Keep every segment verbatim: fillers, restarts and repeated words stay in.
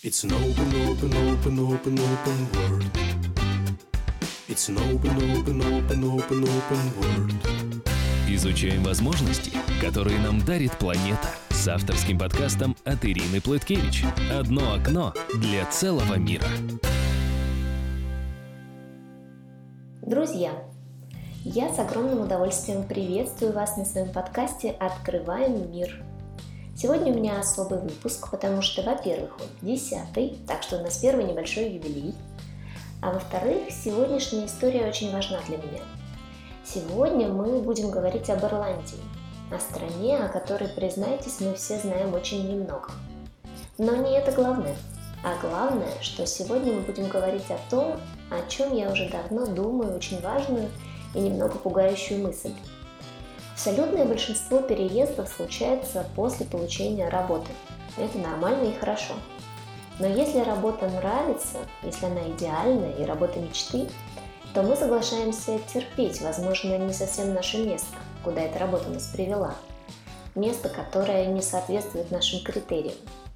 It's an open, open, open, open, open world. It's an open, open, open, open, open world. Изучаем возможности, которые нам дарит планета, с авторским подкастом от Ирины Плыткевич. Одно окно для целого мира. Друзья, я с огромным удовольствием приветствую вас на своем подкасте «Открываем мир». Сегодня у меня особый выпуск, потому что, во-первых, он десятый, так что у нас первый небольшой юбилей, а во-вторых, сегодняшняя история очень важна для меня. Сегодня мы будем говорить об Ирландии, о стране, о которой, признайтесь, мы все знаем очень немного. Но не это главное. А главное, что сегодня мы будем говорить о том, о чем я уже давно думаю, очень важную и немного пугающую мысль. Абсолютное большинство переездов случается после получения работы. Это нормально и хорошо. Но если работа нравится, если она идеальная и работа мечты, то мы соглашаемся терпеть, возможно, не совсем наше место, куда эта работа нас привела. Место, которое не соответствует нашим критериям.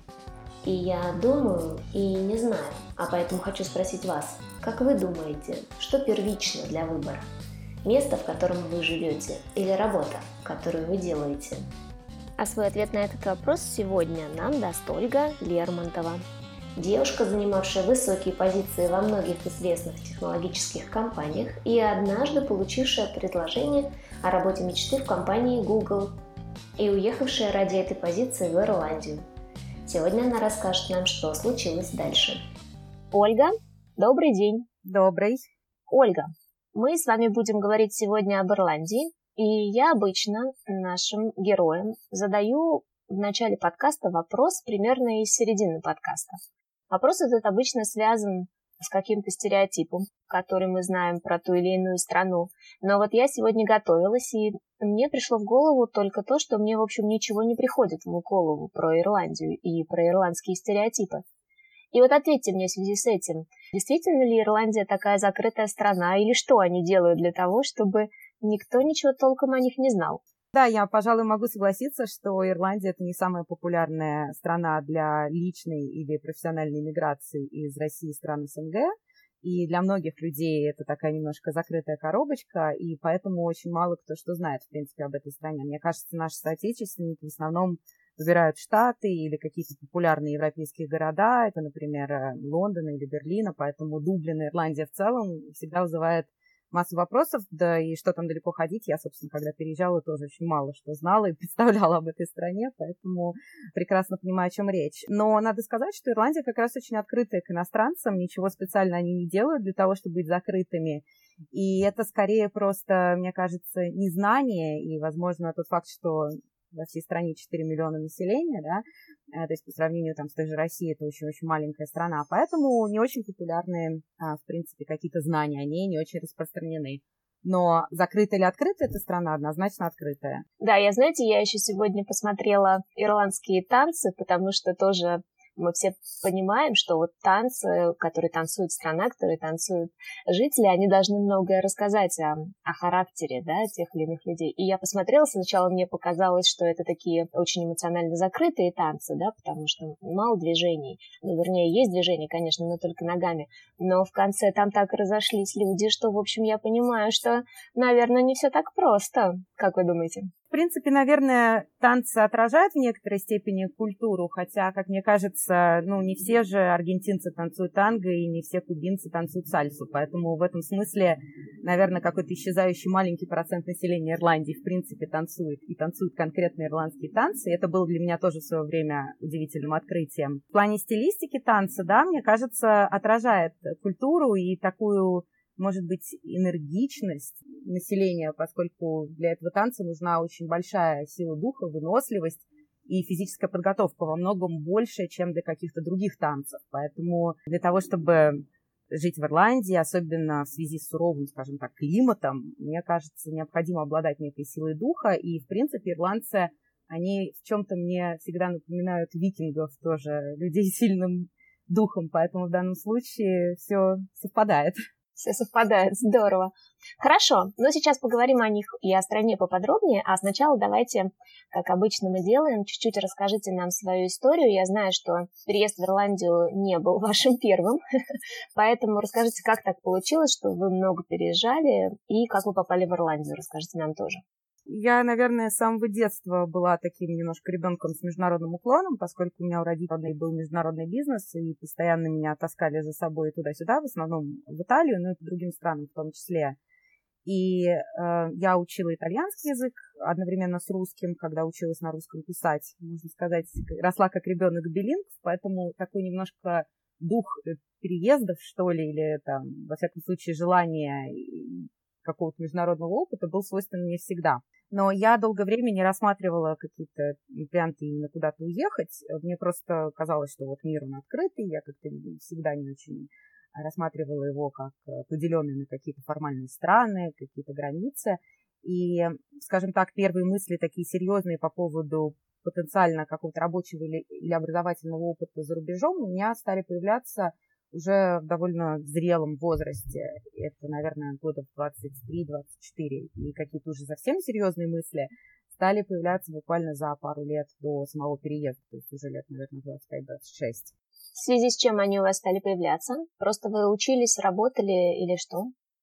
И я думаю и не знаю, а поэтому хочу спросить вас, как вы думаете, что первично для выбора? Место, в котором вы живете, или работа, которую вы делаете? А свой ответ на этот вопрос сегодня нам даст Ольга Лермонтова. Девушка, занимавшая высокие позиции во многих известных технологических компаниях и однажды получившая предложение о работе мечты в компании Google и уехавшая ради этой позиции в Ирландию. Сегодня она расскажет нам, что случилось дальше. Ольга, добрый день. Добрый. Ольга, мы с вами будем говорить сегодня об Ирландии, и я обычно нашим героям задаю в начале подкаста вопрос примерно из середины подкаста. Вопрос этот обычно связан с каким-то стереотипом, который мы знаем про ту или иную страну. Но вот я сегодня готовилась, и мне пришло в голову только то, что мне, в общем, ничего не приходит в голову про Ирландию и про ирландские стереотипы. И вот ответьте мне в связи с этим, действительно ли Ирландия такая закрытая страна, или что они делают для того, чтобы никто ничего толком о них не знал? Да, я, пожалуй, могу согласиться, что Ирландия – это не самая популярная страна для личной или профессиональной миграции из России и стран СНГ. И для многих людей это такая немножко закрытая коробочка, и поэтому очень мало кто что знает, в принципе, об этой стране. Мне кажется, наши соотечественники в основном выбирают Штаты или какие-то популярные европейские города, это, например, Лондон или Берлин, поэтому Дублин и Ирландия в целом всегда вызывает массу вопросов, да и что там далеко ходить. Я, собственно, когда переезжала, тоже очень мало что знала и представляла об этой стране, поэтому прекрасно понимаю, о чем речь. Но надо сказать, что Ирландия как раз очень открытая к иностранцам, ничего специально они не делают для того, чтобы быть закрытыми. И это скорее просто, мне кажется, незнание и, возможно, тот факт, что во всей стране четыре миллиона населения, да, то есть по сравнению там, с той же Россией это очень-очень маленькая страна, поэтому не очень популярные, в принципе, какие-то знания о ней, не очень распространены. Но закрытая или открытая эта страна, однозначно открытая. Да, я, знаете, я еще сегодня посмотрела ирландские танцы, потому что тоже мы все понимаем, что вот танцы, которые танцует страна, которые танцуют жители, они должны многое рассказать о, о характере, да, тех или иных людей. И я посмотрела, сначала мне показалось, что это такие очень эмоционально закрытые танцы, да, потому что мало движений. Ну, вернее, есть движения, конечно, но только ногами. Но в конце там так разошлись люди, что, в общем, я понимаю, что, наверное, не все так просто. Как вы думаете? В принципе, наверное, танцы отражают в некоторой степени культуру, хотя, как мне кажется, ну, не все же аргентинцы танцуют танго, и не все кубинцы танцуют сальсу, поэтому в этом смысле, наверное, какой-то исчезающий маленький процент населения Ирландии, в принципе, танцует, и танцуют конкретно ирландские танцы, и это было для меня тоже в свое время удивительным открытием. В плане стилистики танца, да, мне кажется, отражает культуру и такую, может быть, энергичность населения, поскольку для этого танца нужна очень большая сила духа, выносливость и физическая подготовка во многом больше, чем для каких-то других танцев. Поэтому для того, чтобы жить в Ирландии, особенно в связи с суровым, скажем так, климатом, мне кажется, необходимо обладать некой силой духа. И, в принципе, ирландцы, они в чем-то мне всегда напоминают викингов тоже, людей с сильным духом. Поэтому в данном случае все совпадает. Все совпадает, здорово. Хорошо, но сейчас поговорим о них и о стране поподробнее, а сначала давайте, как обычно мы делаем, чуть-чуть расскажите нам свою историю. Я знаю, что переезд в Ирландию не был вашим первым, поэтому расскажите, как так получилось, что вы много переезжали и как вы попали в Ирландию, расскажите нам тоже. Я, наверное, с самого детства была таким немножко ребенком с международным уклоном, поскольку у меня у родителей был международный бизнес, и постоянно меня таскали за собой туда-сюда, в основном в Италию, ну и по другим странам в том числе. И э, я учила итальянский язык одновременно с русским, когда училась на русском писать. Можно сказать, росла как ребенок билингв, поэтому такой немножко дух переездов, что ли, или там, во всяком случае, желание какого-то международного опыта был свойственен мне всегда. Но я долгое время не рассматривала какие-то варианты именно куда-то уехать. Мне просто казалось, что вот мир он открытый. Я как-то всегда не очень рассматривала его как поделенный на какие-то формальные страны, какие-то границы. И, скажем так, первые мысли такие серьезные по поводу потенциально какого-то рабочего или, или образовательного опыта за рубежом у меня стали появляться уже в довольно зрелом возрасте. Это, наверное, года в двадцать три — двадцать четыре. И какие-то уже совсем серьезные мысли стали появляться буквально за пару лет до самого переезда. То есть уже лет, наверное, двадцать пять — двадцать шесть. В связи с чем они у вас стали появляться? Просто вы учились, работали или что?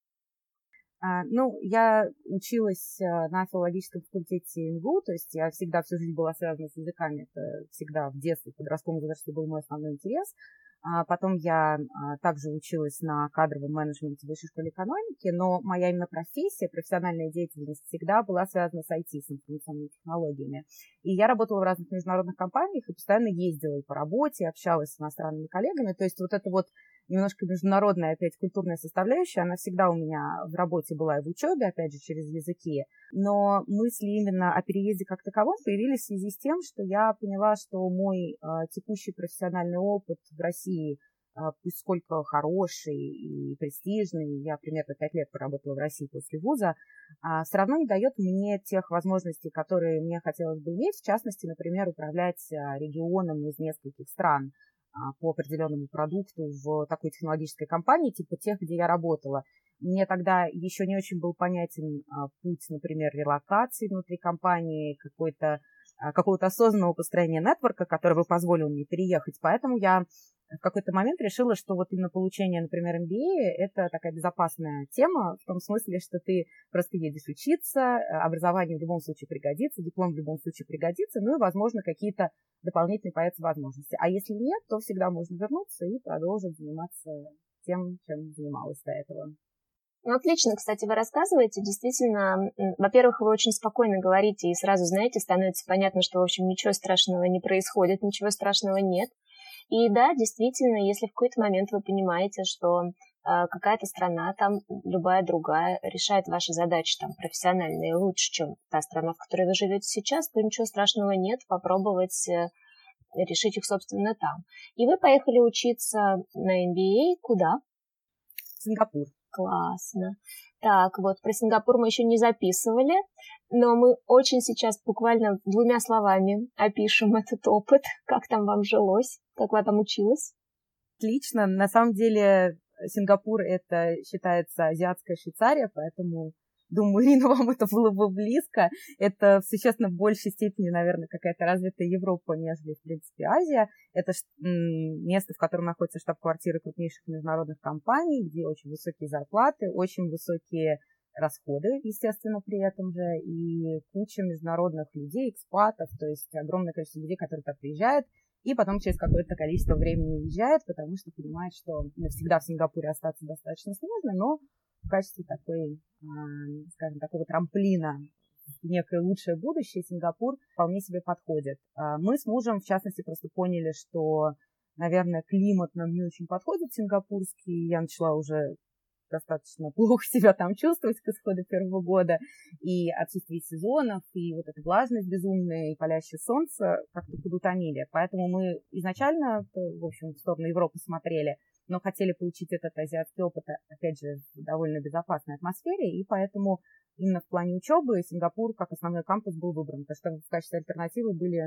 А, ну, я училась на филологическом факультете эм гэ у, то есть я всегда всю жизнь была связана с языками. Это всегда в детстве, в подростковом возрасте был мой основной интерес. А потом я а, также училась на кадровом менеджменте в Высшей школе экономики, но моя именно профессия, профессиональная деятельность всегда была связана с ай ти, с информационными технологиями. И я работала в разных международных компаниях и постоянно ездила и по работе, общалась с иностранными коллегами. То есть вот это вот немножко международная, опять, культурная составляющая, она всегда у меня в работе была и в учебе, опять же, через языки. Но мысли именно о переезде как таковом появились в связи с тем, что я поняла, что мой а, текущий профессиональный опыт в России, а, пусть сколько хороший и престижный, я примерно пять лет поработала в России после вуза, а, все равно не дает мне тех возможностей, которые мне хотелось бы иметь, в частности, например, управлять а, регионом из нескольких стран по определенному продукту в такой технологической компании, типа тех, где я работала. Мне тогда еще не очень был понятен а, путь, например, релокации внутри компании, какой-то, а, какого-то осознанного построения нетворка, который бы позволил мне переехать. Поэтому я в какой-то момент решила, что вот именно получение, например, эм би эй – это такая безопасная тема, в том смысле, что ты просто едешь учиться, образование в любом случае пригодится, диплом в любом случае пригодится, ну и, возможно, какие-то дополнительные появятся возможности. А если нет, то всегда можно вернуться и продолжить заниматься тем, чем занималась до этого. Ну, отлично, кстати, вы рассказываете. Действительно, во-первых, вы очень спокойно говорите и сразу, знаете, становится понятно, что, в общем, ничего страшного не происходит, ничего страшного нет. И да, действительно, если в какой-то момент вы понимаете, что э, какая-то страна, там любая другая, решает ваши задачи там профессиональные лучше, чем та страна, в которой вы живете сейчас, то ничего страшного нет, попробовать э, решить их, собственно, там. И вы поехали учиться на эм би эй куда? Сингапур. Классно. Так, вот про Сингапур мы еще не записывали, но мы очень сейчас буквально двумя словами опишем этот опыт, как там вам жилось, как вы там училась. Отлично. На самом деле Сингапур — это считается азиатская Швейцария, поэтому, думаю, Ирина, вам это было бы близко. Это в существенно большей степени, наверное, какая-то развитая Европа, нежели, в принципе, Азия. Это место, в котором находится штаб-квартира крупнейших международных компаний, где очень высокие зарплаты, очень высокие расходы, естественно, при этом же, и куча международных людей, экспатов, то есть огромное количество людей, которые туда приезжают, и потом через какое-то количество времени уезжают, потому что понимают, что навсегда в Сингапуре остаться достаточно сложно, но в качестве такой, скажем, такого трамплина в некое лучшее будущее Сингапур вполне себе подходит. Мы с мужем, в частности, просто поняли, что, наверное, климат нам не очень подходит сингапурский. Я начала уже достаточно плохо себя там чувствовать к исходу первого года. И отсутствие сезонов, и вот эта влажность безумная, и палящее солнце как-то подутонили. Поэтому мы изначально, в общем, в сторону Европы смотрели, но хотели получить этот азиатский опыт, опять же, в довольно безопасной атмосфере, и поэтому именно в плане учебы Сингапур как основной кампус был выбран, потому что в качестве альтернативы были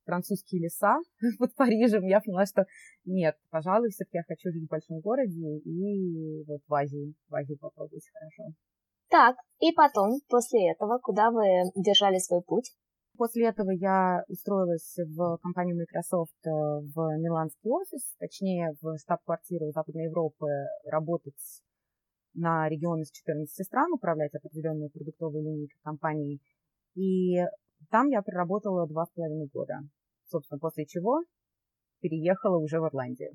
французские леса под Парижем, я поняла, что нет, пожалуй, все-таки я хочу жить в большом городе и вот в Азии, в Азию попробовать хорошо. Так, и потом, после этого, куда вы держали свой путь? После этого я устроилась в компанию Microsoft в миланский офис, точнее в штаб-квартиру Западной Европы, работать на регион из четырнадцати стран, управлять определенной продуктовой линейкой компании. И там я проработала два с половиной года, собственно, после чего переехала уже в Ирландию.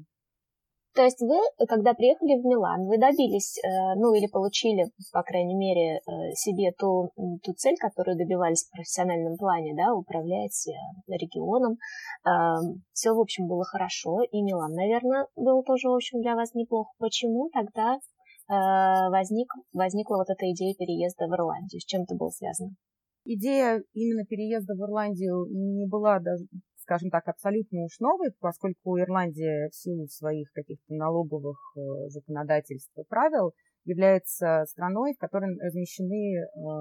То есть вы, когда приехали в Милан, вы добились, ну или получили, по крайней мере, себе ту, ту цель, которую добивались в профессиональном плане, да, управлять регионом. Все, в общем, было хорошо, и Милан, наверное, был тоже, в общем, для вас неплохо. Почему тогда возник, возникла вот эта идея переезда в Ирландию? С чем это было связано? Идея именно переезда в Ирландию не была даже, скажем так, абсолютно уж новой, поскольку Ирландия в силу своих каких-то налоговых законодательств и правил является страной, в которой размещены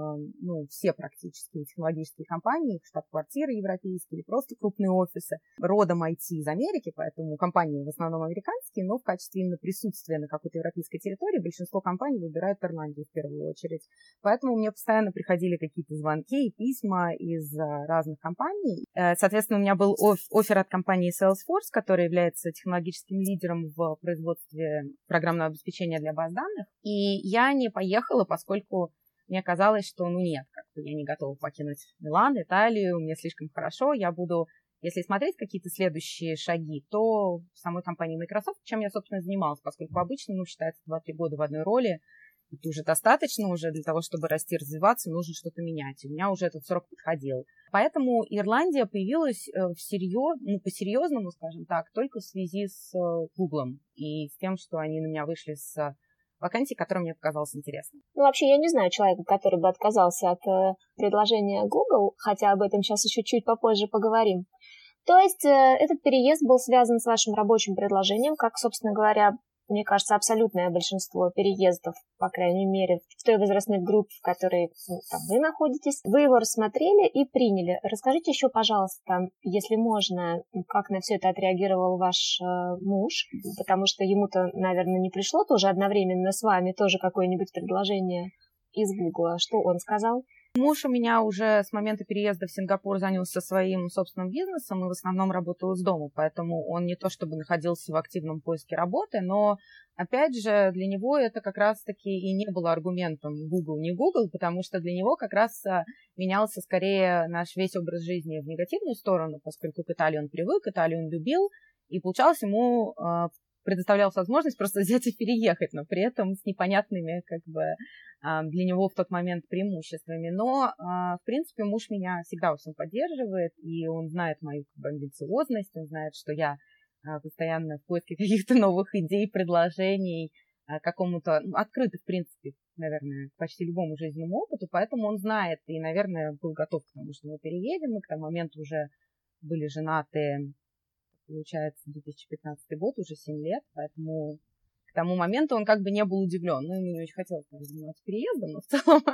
ну, все практически технологические компании, штаб-квартиры европейские или просто крупные офисы, родом ай ти из Америки, поэтому компании в основном американские, но в качестве именно присутствия на какой-то европейской территории большинство компаний выбирают Ирландию в первую очередь. Поэтому мне постоянно приходили какие-то звонки и письма из разных компаний. Соответственно, у меня был оффер от компании Salesforce, которая является технологическим лидером в производстве программного обеспечения для баз данных. И я не поехала, поскольку мне казалось, что, ну нет, как бы я не готова покинуть Милан, Италию, мне слишком хорошо, я буду, если смотреть какие-то следующие шаги, то в самой компании Microsoft, чем я, собственно, занималась, поскольку обычно, ну, считается два-три года в одной роли, это уже достаточно уже для того, чтобы расти, развиваться, нужно что-то менять. И у меня уже этот срок подходил. Поэтому Ирландия появилась всерьез, ну, по-серьезному, скажем так, только в связи с Гуглом и с тем, что они на меня вышли с вакансии, которая мне показалась интересной. Ну, вообще, я не знаю человека, который бы отказался от э, предложения Google, хотя об этом сейчас еще чуть попозже поговорим. То есть э, этот переезд был связан с вашим рабочим предложением, как, собственно говоря, мне кажется, абсолютное большинство переездов, по крайней мере, в той возрастной группе, в которой ну, там, вы находитесь. Вы его рассмотрели и приняли. Расскажите еще, пожалуйста, если можно, как на все это отреагировал ваш э, муж, потому что ему-то, наверное, не пришло тоже одновременно с вами тоже какое-нибудь предложение из Гугла. Что он сказал? Муж у меня уже с момента переезда в Сингапур занялся своим собственным бизнесом и в основном работал из дома, поэтому он не то чтобы находился в активном поиске работы, но, опять же, для него это как раз-таки и не было аргументом Google, не Google, потому что для него как раз менялся скорее наш весь образ жизни в негативную сторону, поскольку к Италии он привык, Италию он любил, и получалось ему предоставлялась возможность просто взять и переехать, но при этом с непонятными как бы для него в тот момент преимуществами. Но, в принципе, муж меня всегда во всем поддерживает, и он знает мою как бы амбициозность, он знает, что я постоянно в поиске каких-то новых идей, предложений, какому-то, ну, открыты, в принципе, наверное, к почти любому жизненному опыту, поэтому он знает и, наверное, был готов к тому, что мы переедем, мы к тому моменту уже были женаты, получается, две тысячи пятнадцатый год, уже семь лет, поэтому к тому моменту он как бы не был удивлен. Ну, ему не очень хотелось, конечно, заниматься переездом, но в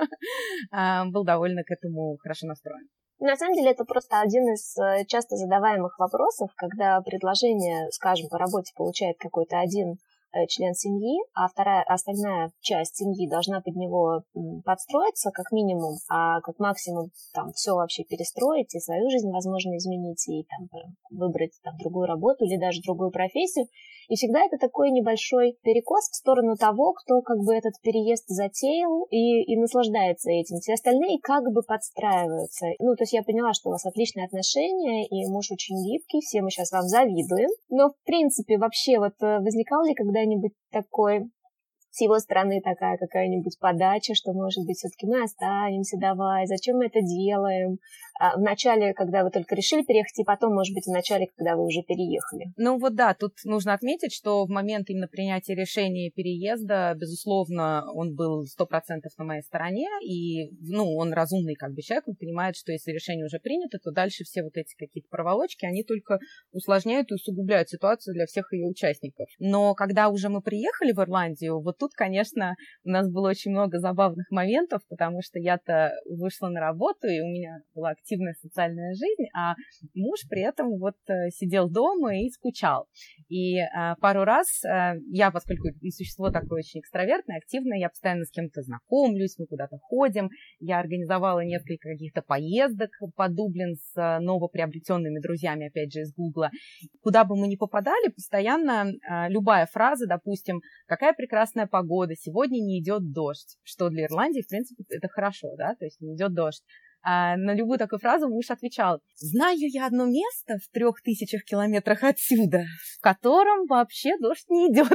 целом был довольно к этому хорошо настроен. На самом деле это просто один из часто задаваемых вопросов, когда предложение, скажем, по работе получает какой-то один член семьи, а вторая, остальная часть семьи должна под него подстроиться как минимум, а как максимум там все вообще перестроить и свою жизнь, возможно, изменить и там выбрать там другую работу или даже другую профессию. И всегда это такой небольшой перекос в сторону того, кто как бы этот переезд затеял и, и наслаждается этим. Все остальные как бы подстраиваются. Ну, то есть я поняла, что у вас отличные отношения, и муж очень гибкий, все мы сейчас вам завидуем. Но, в принципе, вообще вот возникал ли когда-нибудь такой с его стороны такая какая-нибудь подача, что, может быть, все-таки мы останемся, давай, зачем мы это делаем? А в начале, когда вы только решили переехать, и потом, может быть, в начале, когда вы уже переехали. Ну вот да, тут нужно отметить, что в момент именно принятия решения переезда, безусловно, он был сто процентов на моей стороне, и, ну, он разумный как бы человек, он понимает, что если решение уже принято, то дальше все вот эти какие-то проволочки, они только усложняют и усугубляют ситуацию для всех ее участников. Но когда уже мы приехали в Ирландию, вот тут, конечно, у нас было очень много забавных моментов, потому что я-то вышла на работу, и у меня была активная активная социальная жизнь, а муж при этом вот сидел дома и скучал. И пару раз я, поскольку существо такое очень экстравертное, активное, я постоянно с кем-то знакомлюсь, мы куда-то ходим, я организовала несколько каких-то поездок по Дублин с новоприобретенными друзьями, опять же, из Гугла. Куда бы мы ни попадали, постоянно любая фраза, допустим, какая прекрасная погода, сегодня не идет дождь, что для Ирландии, в принципе, это хорошо, да, то есть не идет дождь. А на любую такую фразу муж отвечал: знаю я одно место в трех тысячах километрах отсюда, в котором вообще дождь не идет.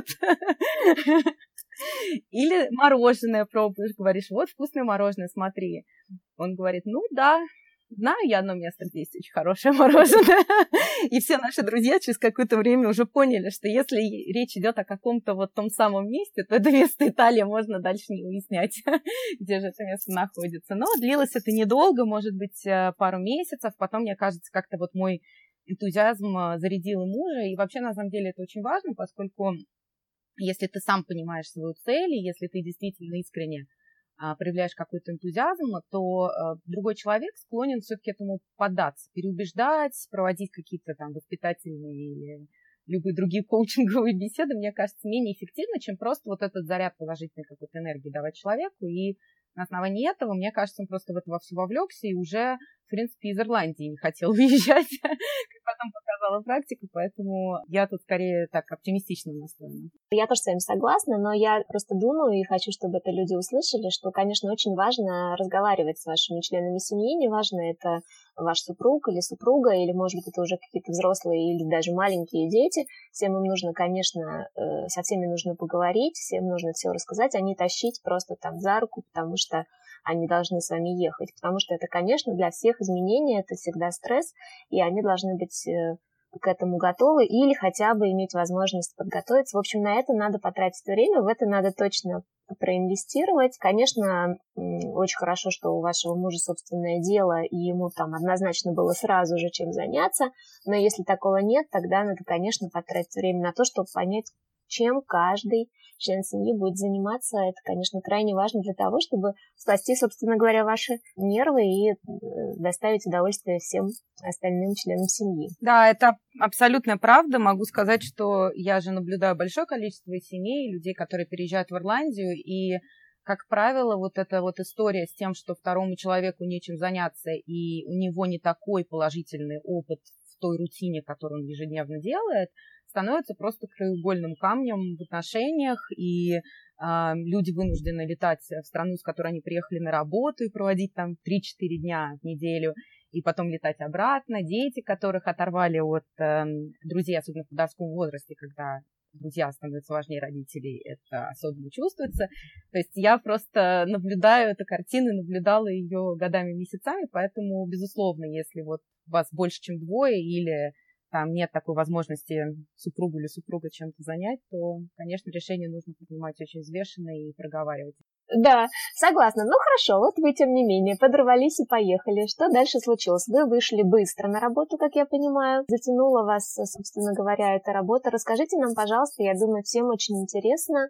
Или мороженое пробуешь, говоришь: вот вкусное мороженое, смотри. Он говорит: ну да, знаю я одно место, где есть очень хорошее мороженое. И все наши друзья через какое-то время уже поняли, что если речь идет о каком-то вот том самом месте, то это место Италия, можно дальше не выяснять, где же это место находится. Но длилось это недолго, может быть, пару месяцев. Потом, мне кажется, как-то вот мой энтузиазм зарядил и мужа. И вообще, на самом деле, это очень важно, поскольку если ты сам понимаешь свою цель, и если ты действительно искренне проявляешь какой-то энтузиазм, то другой человек склонен все-таки этому поддаться, переубеждать, проводить какие-то там воспитательные или любые другие коучинговые беседы, мне кажется, менее эффективно, чем просто вот этот заряд положительной какой-то энергии давать человеку. И на основании этого, мне кажется, он просто в это во все вовлекся и уже, в принципе, из Ирландии не хотел уезжать, как потом показала практика, поэтому я тут скорее так оптимистично настроена. Я тоже с вами согласна, но я просто думаю и хочу, чтобы это люди услышали, что, конечно, очень важно разговаривать с вашими членами семьи, неважно, это ваш супруг или супруга, или, может быть, это уже какие-то взрослые или даже маленькие дети. Всем им нужно, конечно, со всеми нужно поговорить, всем нужно все рассказать, а не тащить просто там за руку, потому что они должны с вами ехать, потому что это, конечно, для всех изменения, это всегда стресс, и они должны быть к этому готовы или хотя бы иметь возможность подготовиться. В общем, на это надо потратить время, в это надо точно проинвестировать. Конечно, очень хорошо, что у вашего мужа собственное дело, и ему там однозначно было сразу же чем заняться, но если такого нет, тогда надо, конечно, потратить время на то, чтобы понять, чем каждый член семьи будет заниматься. Это, конечно, крайне важно для того, чтобы спасти, собственно говоря, ваши нервы и доставить удовольствие всем остальным членам семьи. Да, это абсолютная правда. Могу сказать, что я же наблюдаю большое количество семей, людей, которые переезжают в Ирландию, и, как правило, вот эта вот история с тем, что второму человеку нечем заняться, и у него не такой положительный опыт в той рутине, которую он ежедневно делает, становится просто краеугольным камнем в отношениях, и э, люди вынуждены летать в страну, с которой они приехали на работу, и проводить там три-четыре дня в неделю, и потом летать обратно. Дети, которых оторвали от э, друзей, особенно в подростковом возрасте, когда друзья становятся важнее родителей, это особенно чувствуется. То есть я просто наблюдаю эту картину, наблюдала ее годами, месяцами, поэтому, безусловно, если вот вас больше, чем двое, или там нет такой возможности супругу или супруга чем-то занять, то, конечно, решение нужно принимать очень взвешенно и проговаривать. Да, согласна. Ну хорошо, вот вы, тем не менее, подорвались и поехали. Что дальше случилось? Вы вышли быстро на работу, как я понимаю. Затянула вас, собственно говоря, эта работа. Расскажите нам, пожалуйста, я думаю, всем очень интересно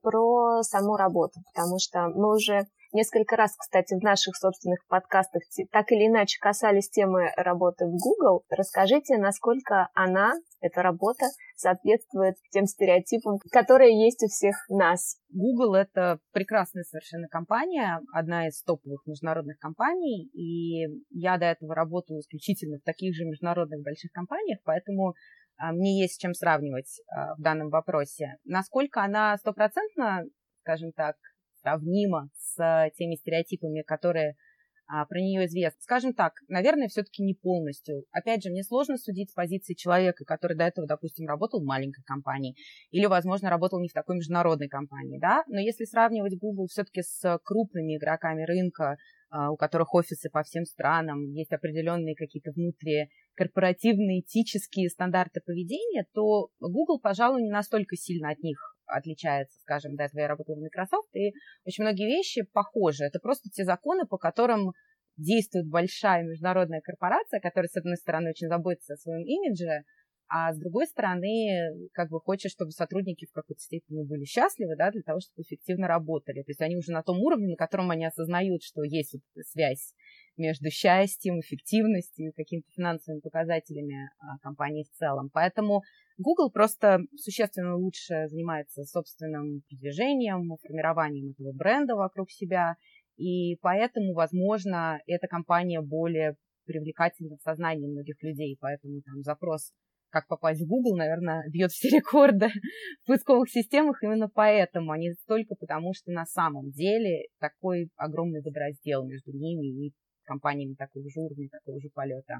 про саму работу, потому что мы уже несколько раз, кстати, в наших собственных подкастах так или иначе касались темы работы в Google. Расскажите, насколько она, эта работа, соответствует тем стереотипам, которые есть у всех нас. Google — это прекрасная совершенно компания, одна из топовых международных компаний, и я до этого работала исключительно в таких же международных больших компаниях, поэтому а, мне есть с чем сравнивать а, в данном вопросе. Насколько она стопроцентно, скажем так, сравнима с теми стереотипами, которые а, про нее известны. Скажем так, наверное, все-таки не полностью. Опять же, мне сложно судить с позиции человека, который до этого, допустим, работал в маленькой компании или, возможно, работал не в такой международной компании, да. Но если сравнивать Google все-таки с крупными игроками рынка, а, у которых офисы по всем странам, есть определенные какие-то внутрикорпоративные этические стандарты поведения, то Google, пожалуй, не настолько сильно от них отличается, скажем, до этого я работала в Microsoft, и очень многие вещи похожи. Это просто те законы, по которым действует большая международная корпорация, которая, с одной стороны, очень заботится о своем имидже, а с другой стороны, как бы хочет, чтобы сотрудники в какой-то степени были счастливы, да, для того, чтобы эффективно работали. То есть они уже на том уровне, на котором они осознают, что есть вот эта связь между счастьем, эффективностью и какими-то финансовыми показателями компании в целом. Поэтому Google просто существенно лучше занимается собственным продвижением, формированием этого бренда вокруг себя, и поэтому, возможно, эта компания более привлекательна в сознании многих людей, поэтому там запрос «как попасть в Google», наверное, бьет все рекорды в поисковых системах именно поэтому, а не только потому, что на самом деле такой огромный водораздел между ними и компаниями такого же уровня, такого же полета.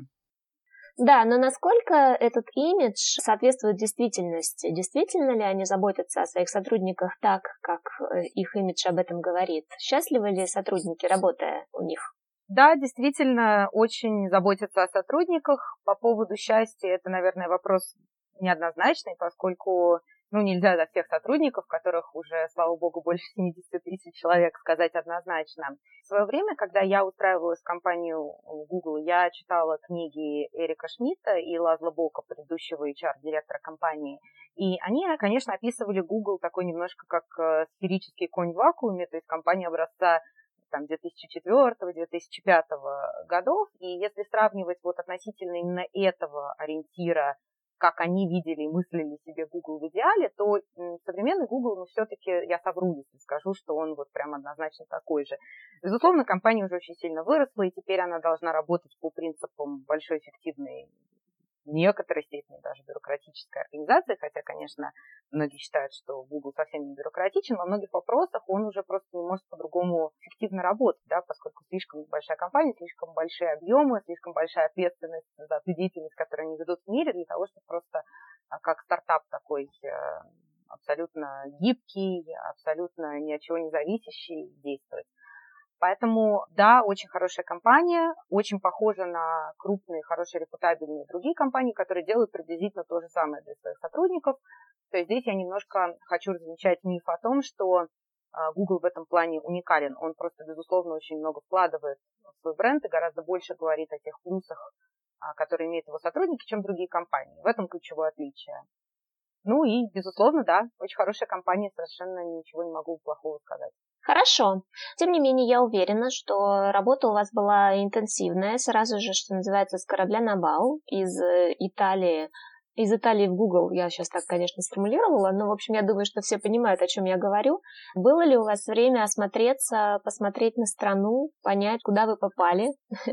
Да, но насколько этот имидж соответствует действительности? Действительно ли они заботятся о своих сотрудниках так, как их имидж об этом говорит? Счастливы ли сотрудники, работая у них? Да, действительно, очень заботятся о сотрудниках. По поводу счастья это, наверное, вопрос неоднозначный, поскольку ну, нельзя за всех сотрудников, которых уже, слава богу, больше семьдесят тысяч человек, сказать однозначно. В свое время, когда я устраивалась в компанию Google, я читала книги Эрика Шмидта и Лазло Бока, предыдущего эйч ар-директора компании. И они, конечно, описывали Google такой немножко как сферический конь в вакууме, то есть компания образца там, две тысячи четвёртого - две тысячи пятого годов. И если сравнивать вот относительно именно этого ориентира, как они видели и мыслили себе Google в идеале, то современный Google, ну, все-таки я совру, если скажу, что он вот прям однозначно такой же. Безусловно, компания уже очень сильно выросла, и теперь она должна работать по принципам большой эффективной, в некоторой степени даже бюрократической организации, хотя, конечно, многие считают, что Google совсем не бюрократичен, во многих вопросах он уже просто не может по-другому эффективно работать, да, поскольку слишком большая компания, слишком большие объемы, слишком большая ответственность за ту деятельность, которую они ведут в мире, для того, чтобы просто как стартап такой абсолютно гибкий, абсолютно ни от чего не зависящий действовать. Поэтому, да, очень хорошая компания, очень похожа на крупные, хорошие, репутабельные другие компании, которые делают приблизительно то же самое для своих сотрудников. То есть здесь я немножко хочу развенчать миф о том, что Google в этом плане уникален. Он просто, безусловно, очень много вкладывает в свой бренд и гораздо больше говорит о тех плюсах, которые имеют его сотрудники, чем другие компании. В этом ключевое отличие. Ну и, безусловно, да, очень хорошая компания, совершенно ничего не могу плохого сказать. Хорошо. Тем не менее, я уверена, что работа у вас была интенсивная, сразу же, что называется, с корабля на бал, из Италии. Из Италии в Google, я сейчас так, конечно, сформулировала, но, в общем, я думаю, что все понимают, о чем я говорю. Было ли у вас время осмотреться, посмотреть на страну, понять, куда вы попали?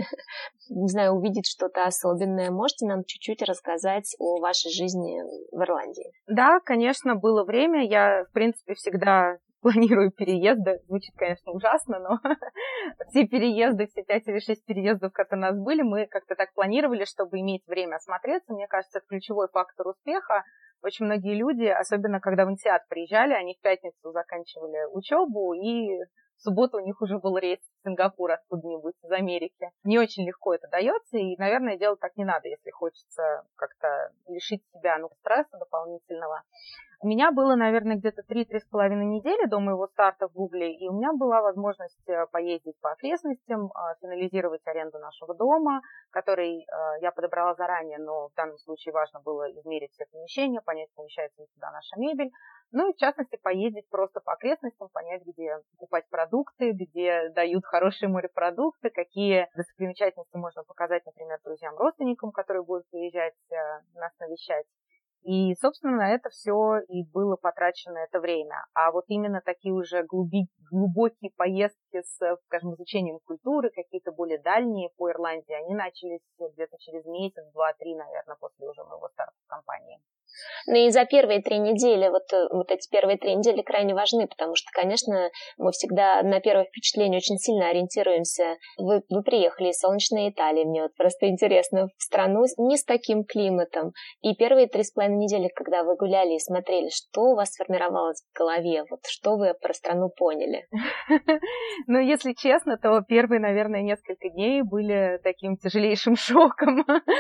Не знаю, увидеть что-то особенное. Можете нам чуть-чуть рассказать о вашей жизни в Ирландии? Да, конечно, было время. Я, в принципе, всегда планирую переезды. Звучит, конечно, ужасно, но все переезды, все пять или шесть переездов, которые у нас были, мы как-то так планировали, чтобы иметь время осмотреться. Мне кажется, это ключевой фактор успеха. Очень многие люди, особенно когда в ИНСЕАД приезжали, они в пятницу заканчивали учебу, и в субботу у них уже был рейс в Сингапур откуда-нибудь из Америки. Не очень легко это дается, и, наверное, делать так не надо, если хочется как-то лишить себя ну, стресса дополнительного. У меня было, наверное, где-то три-три с половиной недели до моего старта в Гугле, и у меня была возможность поездить по окрестностям, финализировать аренду нашего дома, который я подобрала заранее, но в данном случае важно было измерить все помещения, понять, помещается ли туда наша мебель, ну и, в частности, поездить просто по окрестностям, понять, где покупать продукты, где дают хорошие морепродукты, какие достопримечательности можно показать, например, друзьям, родственникам, которые будут приезжать нас навещать. И, собственно, на это все и было потрачено это время. А вот именно такие уже глуби, глубокие поездки с, скажем, изучением культуры, какие-то более дальние по Ирландии, они начались где-то через месяц, два, три, наверное, после уже моего старта в компании. Ну и за первые три недели, вот, вот эти первые три недели крайне важны, потому что, конечно, мы всегда на первое впечатление очень сильно ориентируемся. Вы, вы приехали из солнечной Италии, мне вот просто интересно, в страну не с таким климатом. И первые три с половиной недели, когда вы гуляли и смотрели, что у вас сформировалось в голове, вот что вы про страну поняли? Ну, если честно, то первые, наверное, несколько дней были таким тяжелейшим шоком.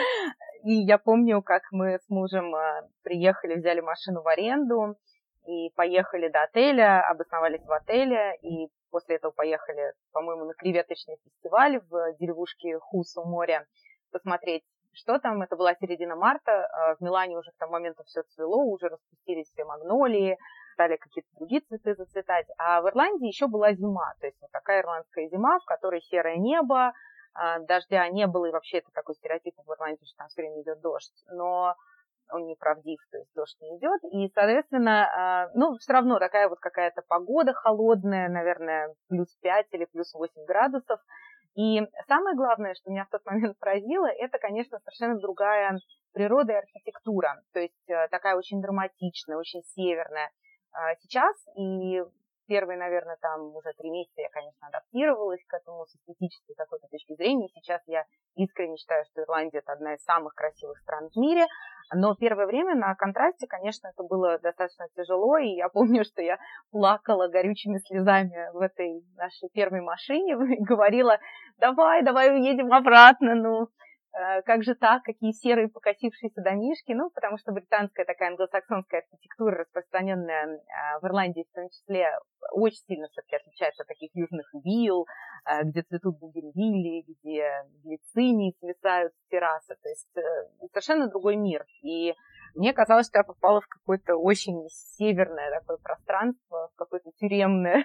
И я помню, как мы с мужем приехали, взяли машину в аренду и поехали до отеля, обосновались в отеле, и после этого поехали, по-моему, на креветочный фестиваль в деревушке Хус у моря посмотреть, что там. Это была середина марта, в Милане уже к тому моменту все цвело, уже распустились все магнолии, стали какие-то другие цветы зацветать, а в Ирландии еще была зима, то есть вот такая ирландская зима, в которой серое небо, дождя не было, и вообще это такой стереотип в Ирландии, что там все время идет дождь, но он неправдив, то есть дождь не идет, и, соответственно, ну, все равно такая вот какая-то погода холодная, наверное, плюс пять или плюс восемь градусов, и самое главное, что меня в тот момент поразило, это, конечно, совершенно другая природа и архитектура, то есть такая очень драматичная, очень северная. Сейчас и первые, наверное, там уже три месяца я, конечно, адаптировалась к этому с эстетической какой-то точки зрения. Сейчас я искренне считаю, что Ирландия – это одна из самых красивых стран в мире. Но первое время на контрасте, конечно, это было достаточно тяжело. И я помню, что я плакала горючими слезами в этой нашей первой машине и говорила: давай, давай уедем обратно, ну... Как же так, какие серые покосившиеся домишки, ну, потому что британская такая англосаксонская архитектура, распространенная в Ирландии в том числе, очень сильно все-таки отличается от таких южных вилл, где цветут бугенвилли, где глицинии свисают с террасы, то есть совершенно другой мир. И мне казалось, что я попала в какое-то очень северное такое пространство, в какое-то тюремное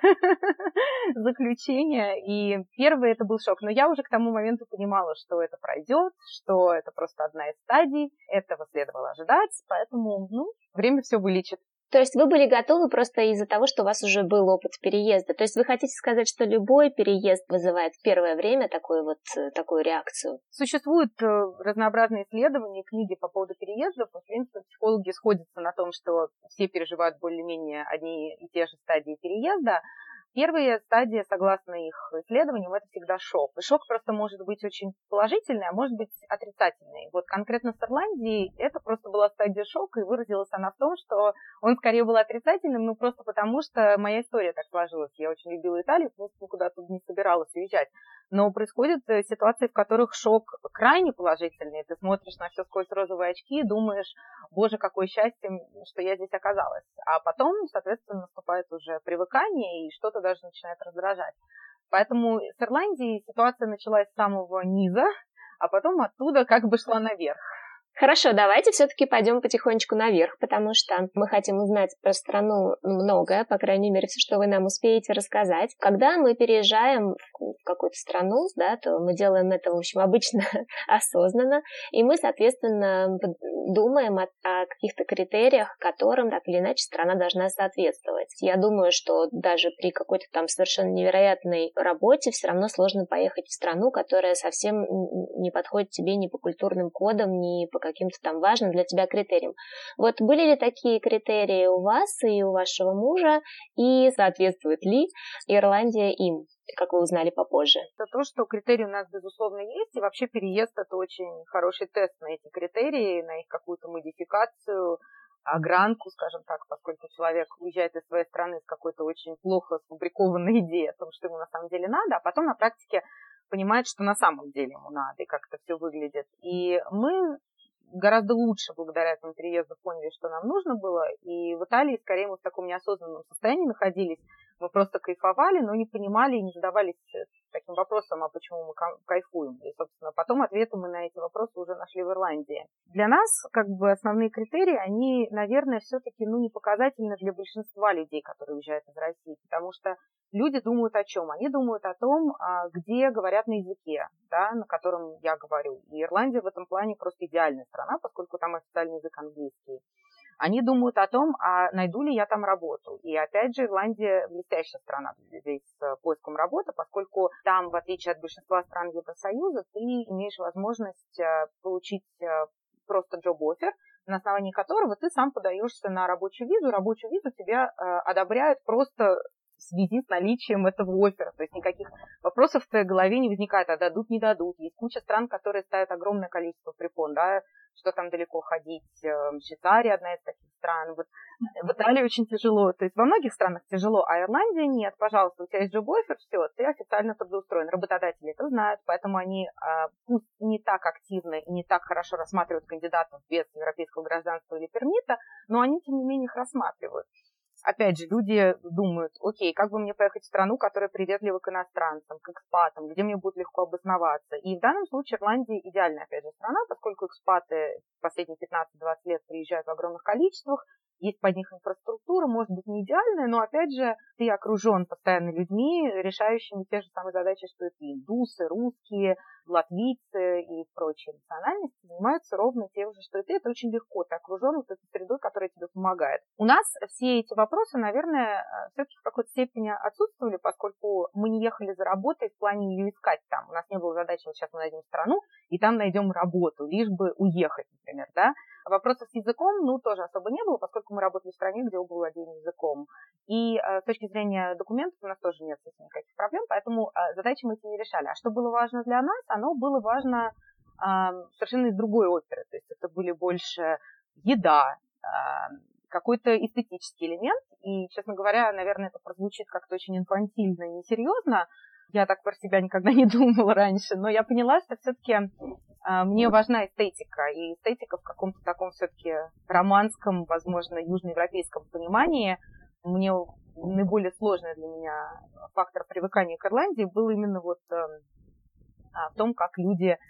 заключение. И первый это был шок. Но я уже к тому моменту понимала, что это пройдет, что это просто одна из стадий. Этого следовало ожидать, поэтому, ну, время все вылечит. То есть вы были готовы просто из-за того, что у вас уже был опыт переезда. То есть вы хотите сказать, что любой переезд вызывает в первое время такую вот такую реакцию? Существуют разнообразные исследования, книги по поводу переездов. В принципе, психологи сходятся на том, что все переживают более-менее одни и те же стадии переезда. Первая стадия, согласно их исследованиям, это всегда шок. И шок просто может быть очень положительный, а может быть отрицательный. Вот конкретно с Ирландией это просто была стадия шока, и выразилась она в том, что он скорее был отрицательным, ну просто потому, что моя история так сложилась. Я очень любила Италию, просто никуда тут не собиралась уезжать. Но происходят ситуации, в которых шок крайне положительный. Ты смотришь на все сквозь розовые очки и думаешь: боже, какое счастье, что я здесь оказалась. А потом, соответственно, наступает уже привыкание, и что-то даже начинает раздражать. Поэтому с Ирландией ситуация началась с самого низа, а потом оттуда как бы шла наверх. Хорошо, давайте все-таки пойдем потихонечку наверх, потому что мы хотим узнать про страну многое, по крайней мере, все, что вы нам успеете рассказать. Когда мы переезжаем в какую-то страну, да, то мы делаем это, в общем, обычно осознанно, и мы, соответственно, думаем о, о каких-то критериях, которым так или иначе страна должна соответствовать. Я думаю, что даже при какой-то там совершенно невероятной работе все равно сложно поехать в страну, которая совсем не подходит тебе ни по культурным кодам, ни по каким-то там важным для тебя критериям. Вот были ли такие критерии у вас и у вашего мужа, и соответствует ли Ирландия им, как вы узнали попозже? Это то, что критерии у нас, безусловно, есть, и вообще переезд – это очень хороший тест на эти критерии, на их какую-то модификацию, огранку, скажем так, поскольку человек уезжает из своей страны с какой-то очень плохо сфабрикованной идеей о том, что ему на самом деле надо, а потом на практике понимает, что на самом деле ему надо, и как это все выглядит. И мы гораздо лучше благодаря этому переезду поняли, что нам нужно было, и в Италии скорее мы в таком неосознанном состоянии находились, мы просто кайфовали, но не понимали и не задавались таким вопросом, а почему мы кайфуем. И, собственно, потом ответы мы на эти вопросы уже нашли в Ирландии. Для нас, как бы, основные критерии, они, наверное, все-таки, ну, не показательны для большинства людей, которые уезжают из России, потому что люди думают о чем? Они думают о том, где говорят на языке, да, на котором я говорю. И Ирландия в этом плане просто идеальная страна, поскольку там официальный язык английский. Они думают о том, а найду ли я там работу. И опять же, Ирландия блестящая страна здесь с поиском работы, поскольку там, в отличие от большинства стран Евросоюза, ты имеешь возможность получить просто job-offer, на основании которого ты сам подаешься на рабочую визу. Рабочую визу тебя одобряют просто в связи с наличием этого оффера. То есть никаких вопросов в твоей голове не возникает, а дадут, не дадут. Есть куча стран, которые ставят огромное количество препон, да, что там далеко ходить. Швейцария одна из таких стран. Вот в Италии очень тяжело. То есть во многих странах тяжело, а Ирландия нет. Пожалуйста, у тебя есть job-offer, все, ты официально трудоустроен. Работодатели это знают, поэтому они пусть не так активно и не так хорошо рассматривают кандидатов без европейского гражданства или пермита, но они, тем не менее, их рассматривают. Опять же, люди думают: окей, как бы мне поехать в страну, которая приветлива к иностранцам, к экспатам, где мне будет легко обосноваться. И в данном случае Ирландия идеальная, опять же, страна, поскольку экспаты последние пятнадцать-двадцать лет приезжают в огромных количествах, есть под них инфраструктура, может быть, не идеальная, но, опять же, ты окружен постоянно людьми, решающими те же самые задачи, что и ты. Индусы, русские, латвийцы и прочие национальности занимаются ровно тем же, что и ты. Это очень легко. Ты окружен вот этой средой, которая тебе помогает. У нас все эти вопросы, наверное, все-таки в какой-то степени отсутствовали, поскольку мы не ехали за работой в плане ее искать там. У нас не было задачи, вот сейчас мы найдем страну, и там найдем работу, лишь бы уехать, например, да. Вопросов с языком, ну, тоже особо не было, поскольку мы работали в стране, где оба владели языком. И э, с точки зрения документов у нас тоже нет с этим никаких проблем, поэтому э, задачи мы эти не решали. А что было важно для нас? Оно было важно э, совершенно из другой оперы. То есть это были больше еда, э, какой-то эстетический элемент. И, честно говоря, наверное, это прозвучит как-то очень инфантильно и несерьезно. Я так про себя никогда не думала раньше, но я поняла, что все-таки э, мне важна эстетика, и эстетика в каком-то таком все-таки романском, возможно, южноевропейском понимании. Мне наиболее сложный для меня фактор привыкания к Ирландии был именно вот э, в том, как люди э,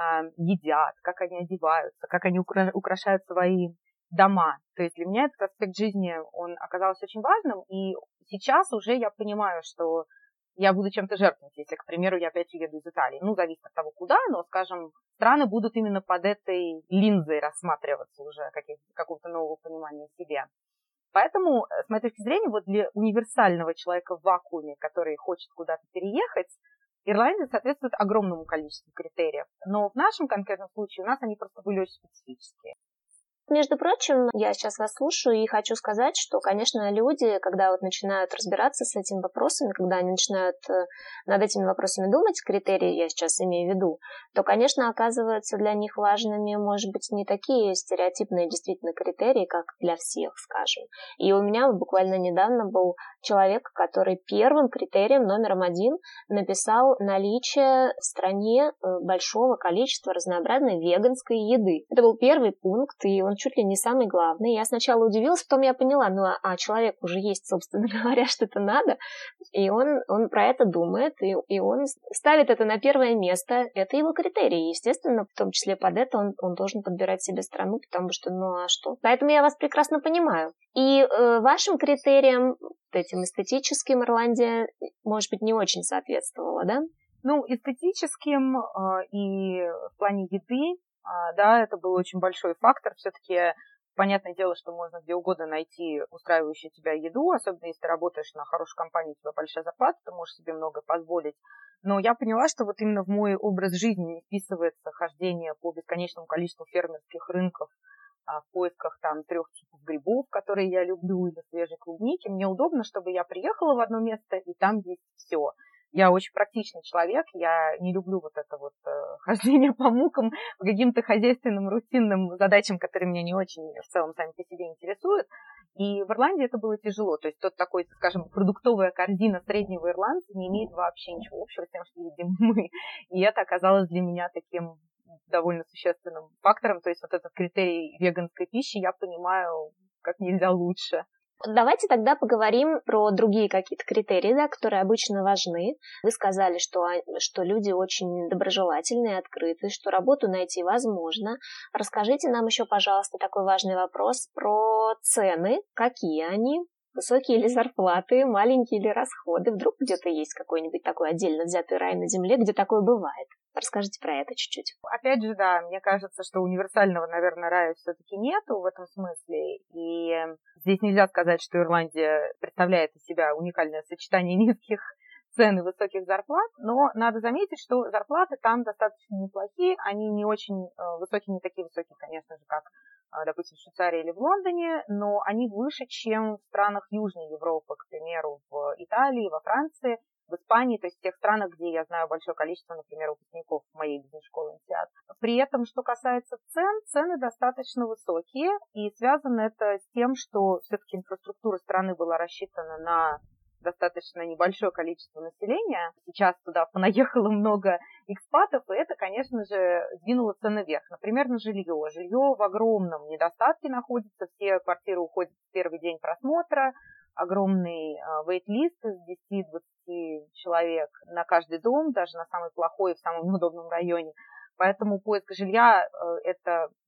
едят, как они одеваются, как они укра- украшают свои дома. То есть для меня этот аспект жизни, он оказался очень важным, и сейчас уже я понимаю, что я буду чем-то жертвовать, если, к примеру, я опять уеду из Италии. Ну, зависит от того, куда, но, скажем, страны будут именно под этой линзой рассматриваться уже, какого-то нового понимания себе. Поэтому, с моей точки зрения, вот для универсального человека в вакууме, который хочет куда-то переехать, Ирландия соответствует огромному количеству критериев. Но в нашем конкретном случае у нас они просто были очень специфические. Между прочим, я сейчас вас слушаю и хочу сказать, что, конечно, люди, когда вот начинают разбираться с этими вопросами, когда они начинают над этими вопросами думать, критерии я сейчас имею в виду, то, конечно, оказываются для них важными, может быть, не такие стереотипные действительно критерии, как для всех, скажем. И у меня буквально недавно был человек, который первым критерием, номером один, написал наличие в стране большого количества разнообразной веганской еды. Это был первый пункт, и он чуть ли не самый главный. Я сначала удивилась, потом я поняла, ну а, а человек уже есть, собственно говоря, что это надо, и он, он про это думает, и, и он ставит это на первое место. Это его критерии, естественно, в том числе под это он, он должен подбирать себе страну, потому что, ну а что? Поэтому я вас прекрасно понимаю. И э, вашим критериям, этим эстетическим, Ирландия, может быть, не очень соответствовала, да? Ну, эстетическим э, и в плане еды, Uh, да, это был очень большой фактор. Все-таки понятное дело, что можно где угодно найти устраивающую тебя еду, особенно если ты работаешь на хорошей компании, у тебя большая зарплата, ты можешь себе много позволить. Но я поняла, что вот именно в мой образ жизни не вписывается хождение по бесконечному количеству фермерских рынков uh, в поисках там трех типов грибов, которые я люблю, или свежей клубники. Мне удобно, чтобы я приехала в одно место, и там есть все. Я очень практичный человек, я не люблю вот это вот э, хождение по мукам, по каким-то хозяйственным, рутинным задачам, которые меня не очень в целом сами по себе интересуют. И в Ирландии это было тяжело. То есть тот такой, скажем, продуктовая корзина среднего ирландца не имеет вообще ничего общего с тем, что едим мы. И это оказалось для меня таким довольно существенным фактором. То есть вот этот критерий веганской пищи я понимаю как нельзя лучше. Давайте тогда поговорим про другие какие-то критерии, да, которые обычно важны. Вы сказали, что, что люди очень доброжелательные, открытые, что работу найти возможно. Расскажите нам еще, пожалуйста, такой важный вопрос про цены. Какие они? Высокие ли зарплаты, маленькие ли расходы? Вдруг где-то есть какой-нибудь такой отдельно взятый рай на земле, где такое бывает? Расскажите про это чуть-чуть. Опять же, да, мне кажется, что универсального, наверное, рая все-таки нету в этом смысле. И здесь нельзя сказать, что Ирландия представляет из себя уникальное сочетание низких цен и высоких зарплат, но надо заметить, что зарплаты там достаточно неплохие, они не очень высокие, не такие высокие, конечно же, как, допустим, в Швейцарии или в Лондоне, но они выше, чем в странах Южной Европы, к примеру, в Италии, во Франции, в Испании, то есть в тех странах, где я знаю большое количество, например, выпускников моей бизнес-школы ИНСЕАД. При этом, что касается цен, цены достаточно высокие, и связано это с тем, что все-таки инфраструктура страны была рассчитана на достаточно небольшое количество населения. Сейчас туда понаехало много экспатов, и это, конечно же, сдвинуло цены вверх. Например, на жилье. Жилье в огромном недостатке находится, все квартиры уходят в первый день просмотра, огромный вейт-лист из десяти-двадцати человек на каждый дом, даже на самый плохой и в самом неудобном районе. Поэтому поиск жилья – это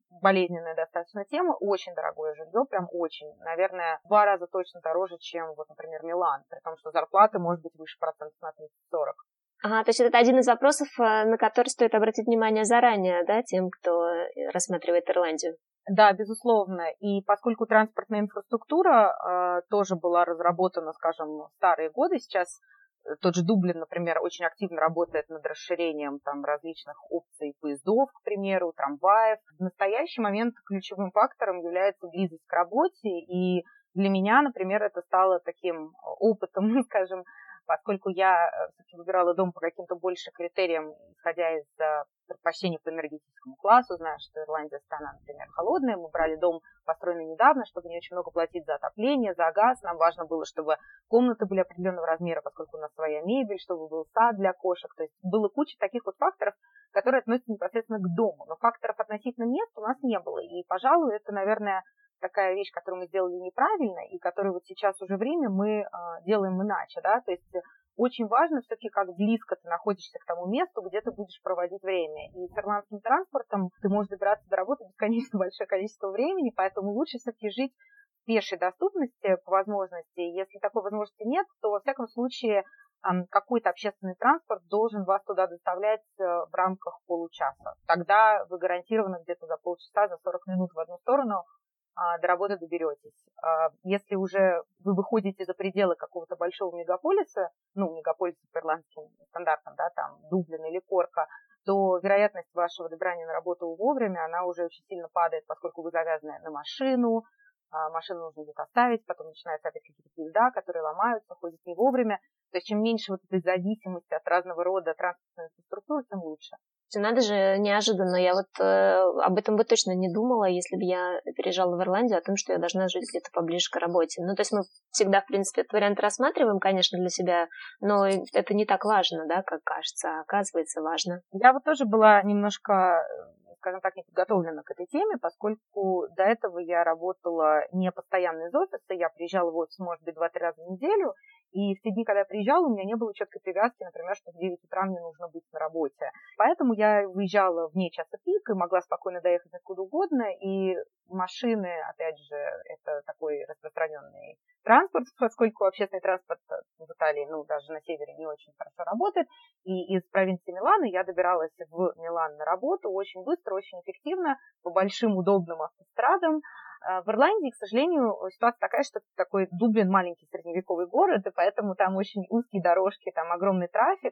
болезненная достаточно тема, очень дорогое жилье, прям очень, наверное, в два раза точно дороже, чем, вот, например, Милан, при том, что зарплаты может быть выше процентов на тридцать-сорок. Ага, то есть это один из вопросов, на который стоит обратить внимание заранее, да, тем, кто рассматривает Ирландию. Да, безусловно. И поскольку транспортная инфраструктура э, тоже была разработана, скажем, в старые годы, сейчас тот же Дублин, например, очень активно работает над расширением там различных опций поездов, к примеру, трамваев. В настоящий момент ключевым фактором является близость к работе, и для меня, например, это стало таким опытом, скажем, поскольку я все-таки выбирала дом по каким-то больше критериям, исходя из предпочтений по энергетическому классу, зная, что Ирландия страна, например, холодная, мы брали дом, построенный недавно, чтобы не очень много платить за отопление, за газ, нам важно было, чтобы комнаты были определенного размера, поскольку у нас своя мебель, чтобы был сад для кошек, то есть было куча таких вот факторов, которые относятся непосредственно к дому, но факторов относительно мест у нас не было, и, пожалуй, это, наверное, такая вещь, которую мы сделали неправильно, и которую вот сейчас уже время мы э, делаем иначе, да, то есть очень важно все-таки, как близко ты находишься к тому месту, где ты будешь проводить время, и с ирландским транспортом ты можешь добираться до работы бесконечно большое количество времени, поэтому лучше все-таки жить в пешей доступности по возможности, если такой возможности нет, то, во всяком случае, э, какой-то общественный транспорт должен вас туда доставлять э, в рамках получаса, тогда вы гарантированно где-то за полчаса, за сорок минут в одну сторону до работы доберетесь. Если уже вы выходите за пределы какого-то большого мегаполиса, ну, мегаполиса по ирландским стандартам, да, там, Дублин или Корка, то вероятность вашего добирания на работу вовремя, она уже очень сильно падает, поскольку вы завязаны на машину, машину нужно будет оставить, потом начинаются опять какие-то поезда, которые ломаются, ходят не вовремя. То есть чем меньше вот этой зависимости от разного рода транспортной инфраструктуры, тем лучше. Надо же, неожиданно. Я вот э, об этом бы точно не думала, если бы я переезжала в Ирландию, о том, что я должна жить где-то поближе к работе. Ну, то есть мы всегда, в принципе, этот вариант рассматриваем, конечно, для себя, но это не так важно, да, как кажется, а оказывается важно. Я вот тоже была немножко, скажем так, не подготовлена к этой теме, поскольку до этого я работала не постоянно из офиса, я приезжала в офис, может быть, два-три раза в неделю, и в те дни, когда я приезжала, у меня не было четкой привязки, например, что в девять утра мне нужно быть на работе. Поэтому я выезжала вне часа пик и могла спокойно доехать откуда угодно, и машины, опять же, это такой распространенный транспорт, поскольку общественный транспорт в Италии, ну, даже на севере не очень хорошо работает, и из провинции Милана я добиралась в Милан на работу очень быстро, очень эффективно, по большим удобным автострадам. В Ирландии, к сожалению, ситуация такая, что такой Дублин маленький средневековый город, и поэтому там очень узкие дорожки, там огромный трафик,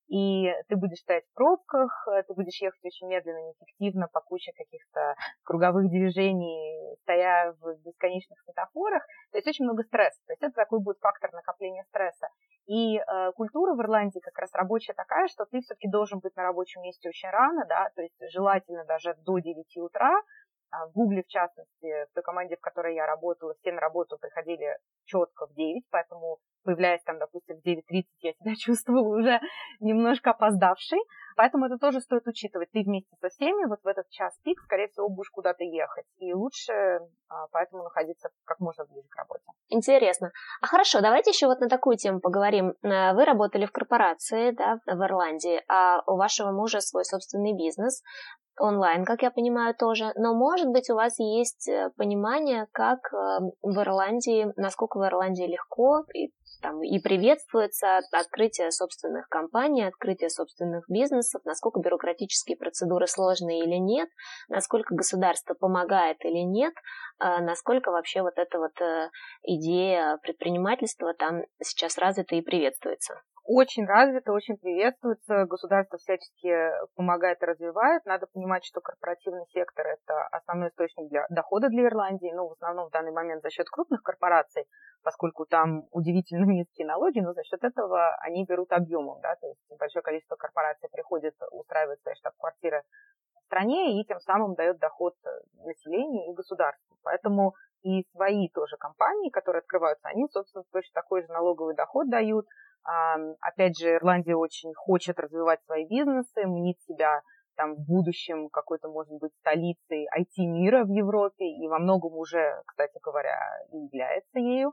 и ты будешь стоять в пробках, ты будешь ехать очень медленно, неэффективно по куче каких-то круговых движений, стоя в бесконечных светофорах, то есть очень много стресса, то есть это такой будет фактор накопления стресса. И э, культура в Ирландии как раз рабочая такая, что ты все-таки должен быть на рабочем месте очень рано, да, то есть желательно даже до девяти утра. В Гугле, в частности, в той команде, в которой я работала, все на работу приходили четко в девять, поэтому, появляясь там, допустим, в девять тридцать, я себя чувствовала уже немножко опоздавшей. Поэтому это тоже стоит учитывать. Ты вместе со всеми вот в этот час пик, скорее всего, будешь куда-то ехать. И лучше поэтому находиться как можно ближе к работе. Интересно. А хорошо, давайте еще вот на такую тему поговорим. Вы работали в корпорации, да, в Ирландии, а у вашего мужа свой собственный бизнес. Онлайн, как я понимаю, тоже. Но, может быть, у вас есть понимание, как в Ирландии, насколько в Ирландии легко и, там, и приветствуется открытие собственных компаний, открытие собственных бизнесов, насколько бюрократические процедуры сложные или нет, насколько государство помогает или нет, насколько вообще вот эта вот идея предпринимательства там сейчас развита и приветствуется. Очень развито, очень приветствуется, государство всячески помогает и развивает. Надо понимать, что корпоративный сектор – это основной источник для дохода для Ирландии, ну, в основном в данный момент за счет крупных корпораций, поскольку там удивительно низкие налоги, но за счет этого они берут объемом, да, то есть большое количество корпораций приходит устраивать свои штаб-квартиры в стране и тем самым дает доход населению и государству. Поэтому и свои тоже компании, которые открываются, они, собственно, точно такой же налоговый доход дают. Опять же, Ирландия очень хочет развивать свои бизнесы, мнит себя там в будущем какой-то, может быть, столицей ай ти-мира в Европе, и во многом уже, кстати говоря, и является ею.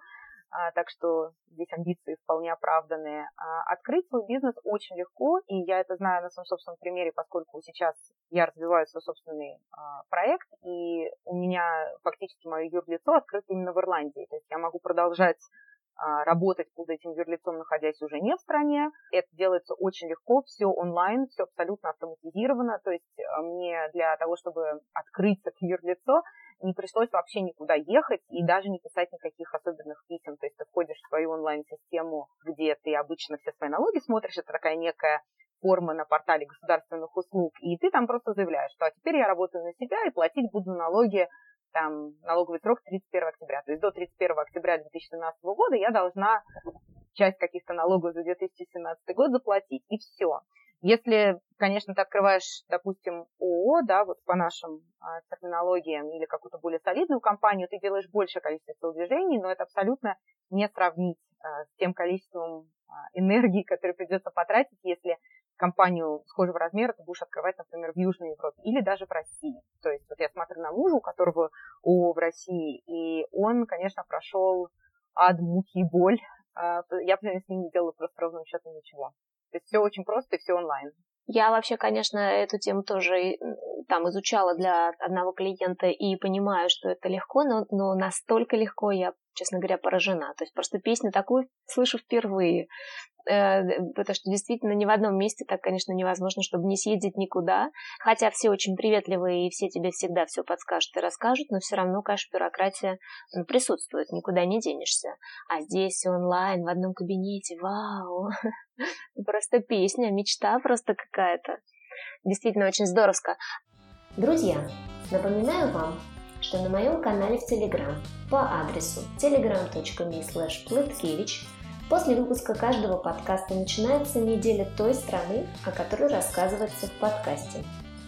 так что здесь амбиции вполне оправданные. Открыть свой бизнес очень легко, и я это знаю на своем собственном примере, поскольку сейчас я развиваю свой собственный проект, и у меня фактически мое юрлицо открыто именно в Ирландии. То есть я могу продолжать работать под этим юрлицом, находясь уже не в стране. Это делается очень легко, все онлайн, все абсолютно автоматизировано. То есть мне для того, чтобы открыть это юрлицо, не пришлось вообще никуда ехать и даже не писать никаких особенных писем. То есть ты входишь в свою онлайн-систему, где ты обычно все свои налоги смотришь, это такая некая форма на портале государственных услуг, и ты там просто заявляешь, что а теперь я работаю на себя и платить буду налоги, там, налоговый срок тридцать первого октября. То есть до тридцать первого октября две тысячи семнадцатого года я должна часть каких-то налогов за две тысячи семнадцатый год заплатить, и все. Если, конечно, ты открываешь, допустим, ООО, да, вот по нашим а, терминологиям, или какую-то более солидную компанию, ты делаешь большее количество телодвижений, но это абсолютно не сравнить а, с тем количеством а, энергии, которое придется потратить, если компанию схожего размера ты будешь открывать, например, в Южной Европе или даже в России. То есть вот я смотрю на мужа, у которого ООО в России, и он, конечно, прошел ад, муки и боль. А, я, с ним не делала просто ровным счетом ничего. То есть все очень просто и все онлайн. Я вообще, конечно, эту тему тоже там изучала для одного клиента и понимаю, что это легко, но, но настолько легко я, честно говоря, поражена. То есть просто песню такую слышу впервые. Потому что действительно ни в одном месте так, конечно, невозможно, чтобы не съездить никуда. Хотя все очень приветливые и все тебе всегда все подскажут и расскажут, но все равно, конечно, бюрократия присутствует, никуда не денешься. А здесь онлайн, в одном кабинете, вау! Просто песня, мечта просто какая-то. Действительно очень здоровско. Друзья, напоминаю вам, что на моем канале в Telegram по адресу telegram точка me slash pletkevich после выпуска каждого подкаста начинается неделя той страны, о которой рассказывается в подкасте.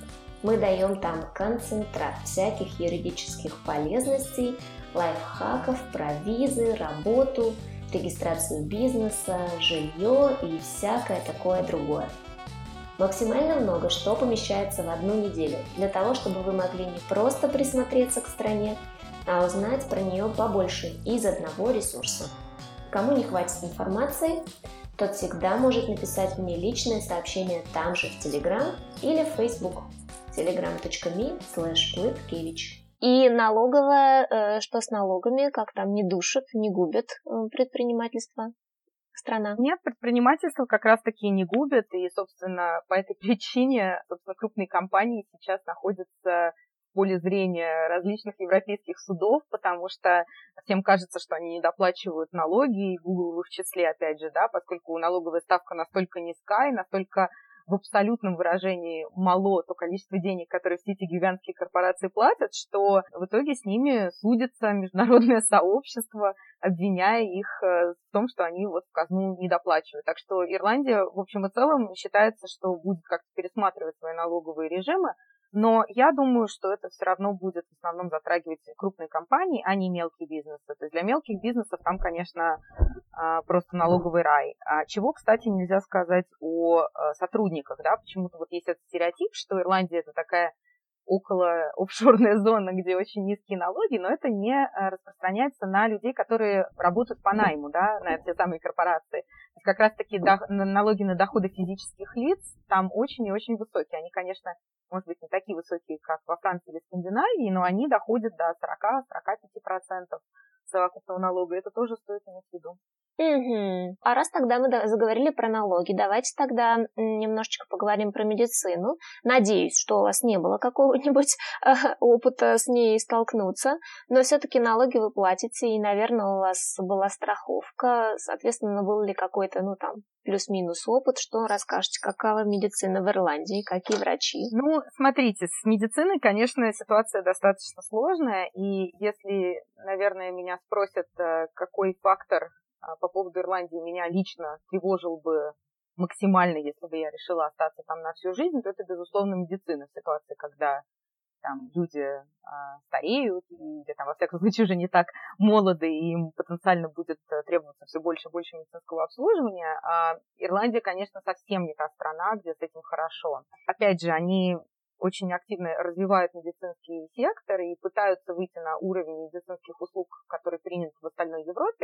Мы даем там концентрат всяких юридических полезностей, лайфхаков про визы, работу, регистрацию бизнеса, жилье и всякое такое другое. Максимально много что помещается в одну неделю, для того, чтобы вы могли не просто присмотреться к стране, а узнать про нее побольше из одного ресурса. Кому не хватит информации, тот всегда может написать мне личное сообщение там же в Telegram или в Facebook telegram точка me slash pletkevich. И налоговая, что с налогами, как там, не душит, не губит предпринимательство страна? Нет, предпринимательство как раз-таки не губит, и, собственно, по этой причине, собственно, крупные компании сейчас находятся в поле зрения различных европейских судов, потому что всем кажется, что они недоплачивают налоги, и Google в их числе, опять же, да, поскольку налоговая ставка настолько низка и настолько в абсолютном выражении мало то количество денег, которые все эти гигантские корпорации платят, что в итоге с ними судится международное сообщество, обвиняя их в том, что они вот в казну недоплачивают. Так что Ирландия, в общем и целом, считается, что будет как-то пересматривать свои налоговые режимы, но я думаю, что это все равно будет в основном затрагивать крупные компании, а не мелкие бизнесы. То есть для мелких бизнесов там, конечно, просто налоговый рай. Чего, кстати, нельзя сказать о сотрудниках, да, почему-то вот есть этот стереотип, что Ирландия это такая около офшорная зона, где очень низкие налоги, но это не распространяется на людей, которые работают по найму, да, на те самые корпорации. То есть как раз-таки налоги на доходы физических лиц там очень и очень высокие. Они, конечно, может быть, не такие высокие, как во Франции или Скандинавии, но они доходят до сорок-сорок пять процентов совокупного налога. Это тоже стоит иметь в виду. Угу. А раз тогда мы заговорили про налоги, давайте тогда немножечко поговорим про медицину. Надеюсь, что у вас не было какого-нибудь э, опыта с ней столкнуться, но все-таки налоги вы платите, и, наверное, у вас была страховка, соответственно, был ли какой-то, ну, там, плюс-минус опыт, что расскажете, какова медицина в Ирландии, какие врачи? Ну, смотрите, с медициной, конечно, ситуация достаточно сложная, и если, наверное, меня спросят, какой фактор по поводу Ирландии меня лично тревожил бы максимально, если бы я решила остаться там на всю жизнь, то это, безусловно, медицина в ситуации, когда там люди э, стареют, или там, во всяком случае, уже не так молоды, и им потенциально будет требоваться все больше и больше медицинского обслуживания. А Ирландия, конечно, совсем не та страна, где с этим хорошо. Опять же, они очень активно развивают медицинский сектор и пытаются выйти на уровень медицинских услуг, который принят в остальной Европе,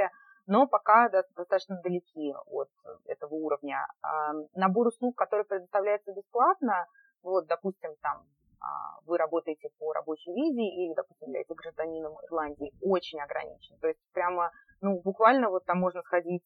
но пока достаточно далеки от этого уровня. Набор услуг, который предоставляется бесплатно, вот, допустим, там, вы работаете по рабочей визе или, допустим, являетесь гражданином Ирландии, очень ограничен. То есть прямо, ну, буквально вот там можно сходить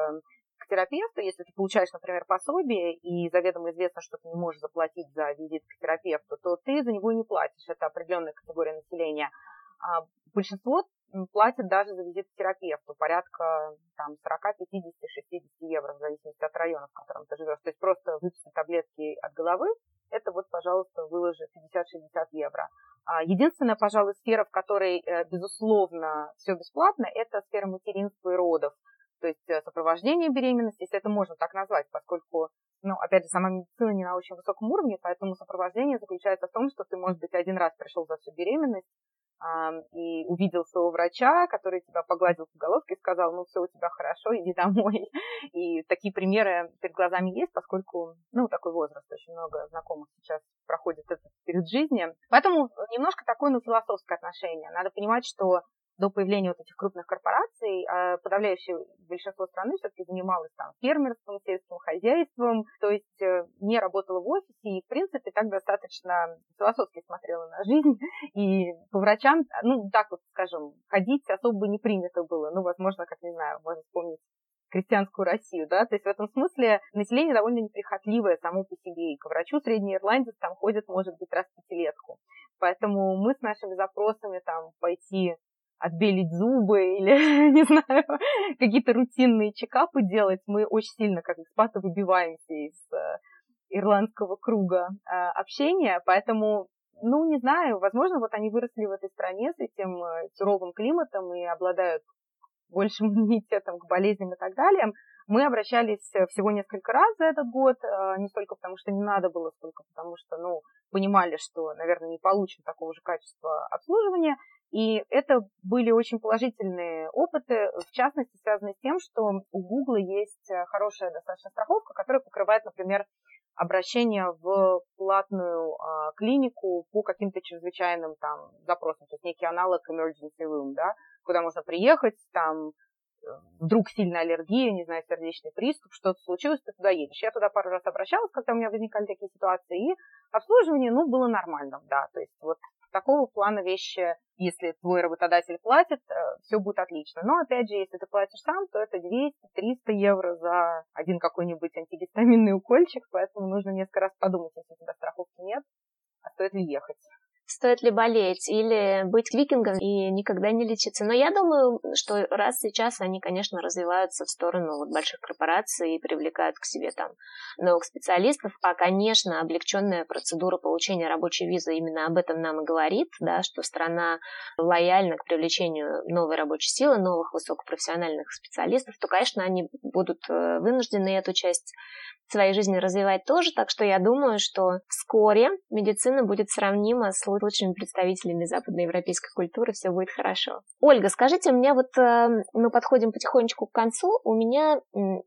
к терапевту, если ты получаешь, например, пособие, и заведомо известно, что ты не можешь заплатить за визит к терапевту, то ты за него не платишь. Это определенная категория населения. А большинство платят даже за визит к терапевту, порядка там, сорок, пятьдесят, шестьдесят евро, в зависимости от района, в котором ты живешь. То есть просто выписать таблетки от головы, это вот, пожалуйста, выложи пятьдесят-шестьдесят евро. Единственная, пожалуй, сфера, в которой, безусловно, все бесплатно, это сфера материнства и родов. То есть сопровождение беременности, если это можно так назвать, поскольку, ну, опять же, сама медицина не на очень высоком уровне, поэтому сопровождение заключается в том, что ты, может быть, один раз пришел за всю беременность э, и увидел своего врача, который тебя погладил по головке и сказал, ну, все у тебя хорошо, иди домой. И такие примеры перед глазами есть, поскольку, ну, такой возраст, очень много знакомых сейчас проходит этот период жизни. Поэтому немножко такое, ну, философское отношение. Надо понимать, что до появления вот этих крупных корпораций подавляющее большинство страны все-таки занималось там фермерством, сельским хозяйством, то есть не работала в офисе и, в принципе, так достаточно философски смотрела на жизнь. И по врачам, ну, так вот, скажем, ходить особо не принято было. Ну, возможно, как, не знаю, можно вспомнить крестьянскую Россию, да, то есть в этом смысле население довольно неприхотливое само по себе, и к врачу средний ирландец там ходит, может быть, раз в пятилетку. Поэтому мы с нашими запросами там пойти отбелить зубы или, не знаю, какие-то рутинные чекапы делать, мы очень сильно, как экспаты, выбиваемся из э, ирландского круга э, общения, поэтому, ну, не знаю, возможно, вот они выросли в этой стране с этим э, суровым климатом и обладают большим иммунитетом к болезням и так далее. Мы обращались всего несколько раз за этот год, э, не столько потому, что не надо было, сколько потому, что, ну, понимали, что, наверное, не получим такого же качества обслуживания. И это были очень положительные опыты, в частности, связанные с тем, что у Google есть хорошая достаточно страховка, которая покрывает, например, обращение в платную а, клинику по каким-то чрезвычайным там запросам, то есть некий аналог emergency room, да, куда можно приехать, там вдруг сильная аллергия, не знаю, сердечный приступ, что-то случилось, ты туда едешь. Я туда пару раз обращалась, когда у меня возникали такие ситуации, и обслуживание, ну, было нормальным, да, то есть вот такого плана вещи, если твой работодатель платит, все будет отлично. Но, опять же, если ты платишь сам, то это двести-триста евро за один какой-нибудь антигистаминный укольчик, поэтому нужно несколько раз подумать, если у тебя страховки нет, а стоит ли ехать. Стоит ли болеть или быть викингом и никогда не лечиться. Но я думаю, что раз сейчас они, конечно, развиваются в сторону вот больших корпораций и привлекают к себе там новых специалистов, а, конечно, облегченная процедура получения рабочей визы именно об этом нам и говорит, да, что страна лояльна к привлечению новой рабочей силы, новых высокопрофессиональных специалистов, то, конечно, они будут вынуждены эту часть своей жизни развивать тоже, так что я думаю, что вскоре медицина будет сравнима с лучшими представителями западноевропейской культуры, все будет хорошо. Ольга, скажите, у меня вот мы подходим потихонечку к концу, у меня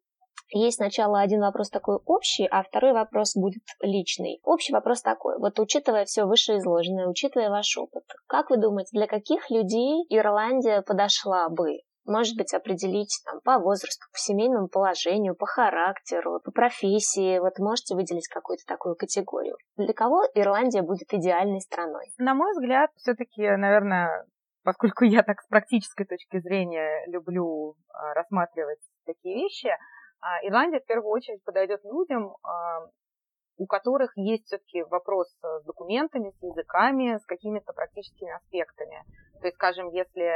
есть сначала один вопрос такой общий, а второй вопрос будет личный. Общий вопрос такой, вот учитывая все вышеизложенное, учитывая ваш опыт, как вы думаете, для каких людей Ирландия подошла бы? Может быть, определить там, по возрасту, по семейному положению, по характеру, по профессии. Вот можете выделить какую-то такую категорию. Для кого Ирландия будет идеальной страной? На мой взгляд, все-таки, наверное, поскольку я так с практической точки зрения люблю а, рассматривать такие вещи, а, Ирландия в первую очередь подойдет людям, а, у которых есть все-таки вопрос с документами, с языками, с какими-то практическими аспектами. То есть, скажем, если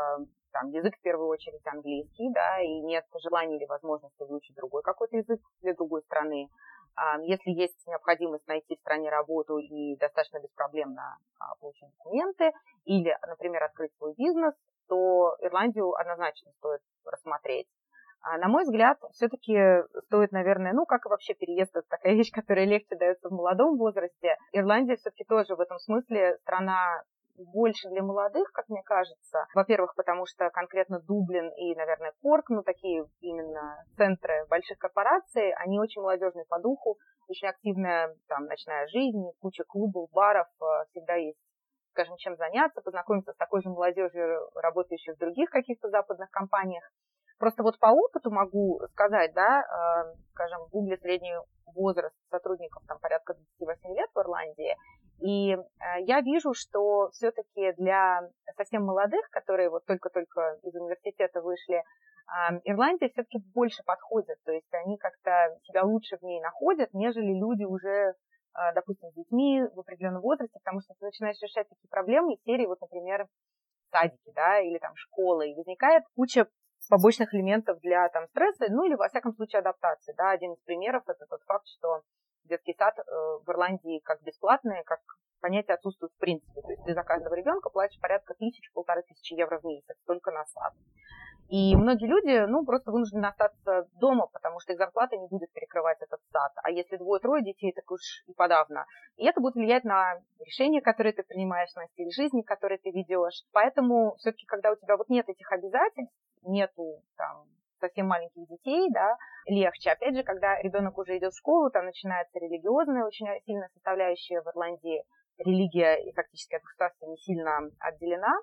там язык в первую очередь английский, да, и нет желания или возможности выучить другой какой-то язык для другой страны, если есть необходимость найти в стране работу и достаточно беспроблемно получить документы, или, например, открыть свой бизнес, то Ирландию однозначно стоит рассмотреть. На мой взгляд, все-таки стоит, наверное, ну, как и вообще переезд, это такая вещь, которая легче дается в молодом возрасте. Ирландия все-таки тоже в этом смысле страна больше для молодых, как мне кажется. Во-первых, потому что конкретно Дублин и, наверное, Корк, ну, такие именно центры больших корпораций, они очень молодежные по духу, очень активная там ночная жизнь, куча клубов, баров, всегда есть, скажем, чем заняться, познакомиться с такой же молодежью, работающей в других каких-то западных компаниях. Просто вот по опыту могу сказать, да, скажем, в Гугле средний возраст сотрудников там порядка двадцать восемь лет в Ирландии, и я вижу, что все-таки для совсем молодых, которые вот только-только из университета вышли, Ирландия все-таки больше подходит, то есть они как-то себя лучше в ней находят, нежели люди уже, допустим, с детьми в определенном возрасте, потому что ты начинаешь решать такие проблемы из серии, вот, например, садики, да, или там школы, и возникает куча побочных элементов для там стресса, ну или во всяком случае адаптации, да, один из примеров это тот факт, что детский сад э, в Ирландии как бесплатный, как понятие отсутствует в принципе, то есть ты за каждого ребенка платишь порядка тысячи, полторы тысячи евро в месяц только на сад. И многие люди, ну, просто вынуждены остаться дома, потому что их зарплата не будет перекрывать этот сад. А если двое-трое детей, так уж и подавно. И это будет влиять на решения, которые ты принимаешь, на стиль жизни, который ты ведешь. Поэтому все-таки, когда у тебя вот нет этих обязательств, нету там совсем маленьких детей, да, легче. Опять же, когда ребенок уже идет в школу, там начинается религиозная очень сильная составляющая в Ирландии. Религия и фактически от государства не сильно отделена.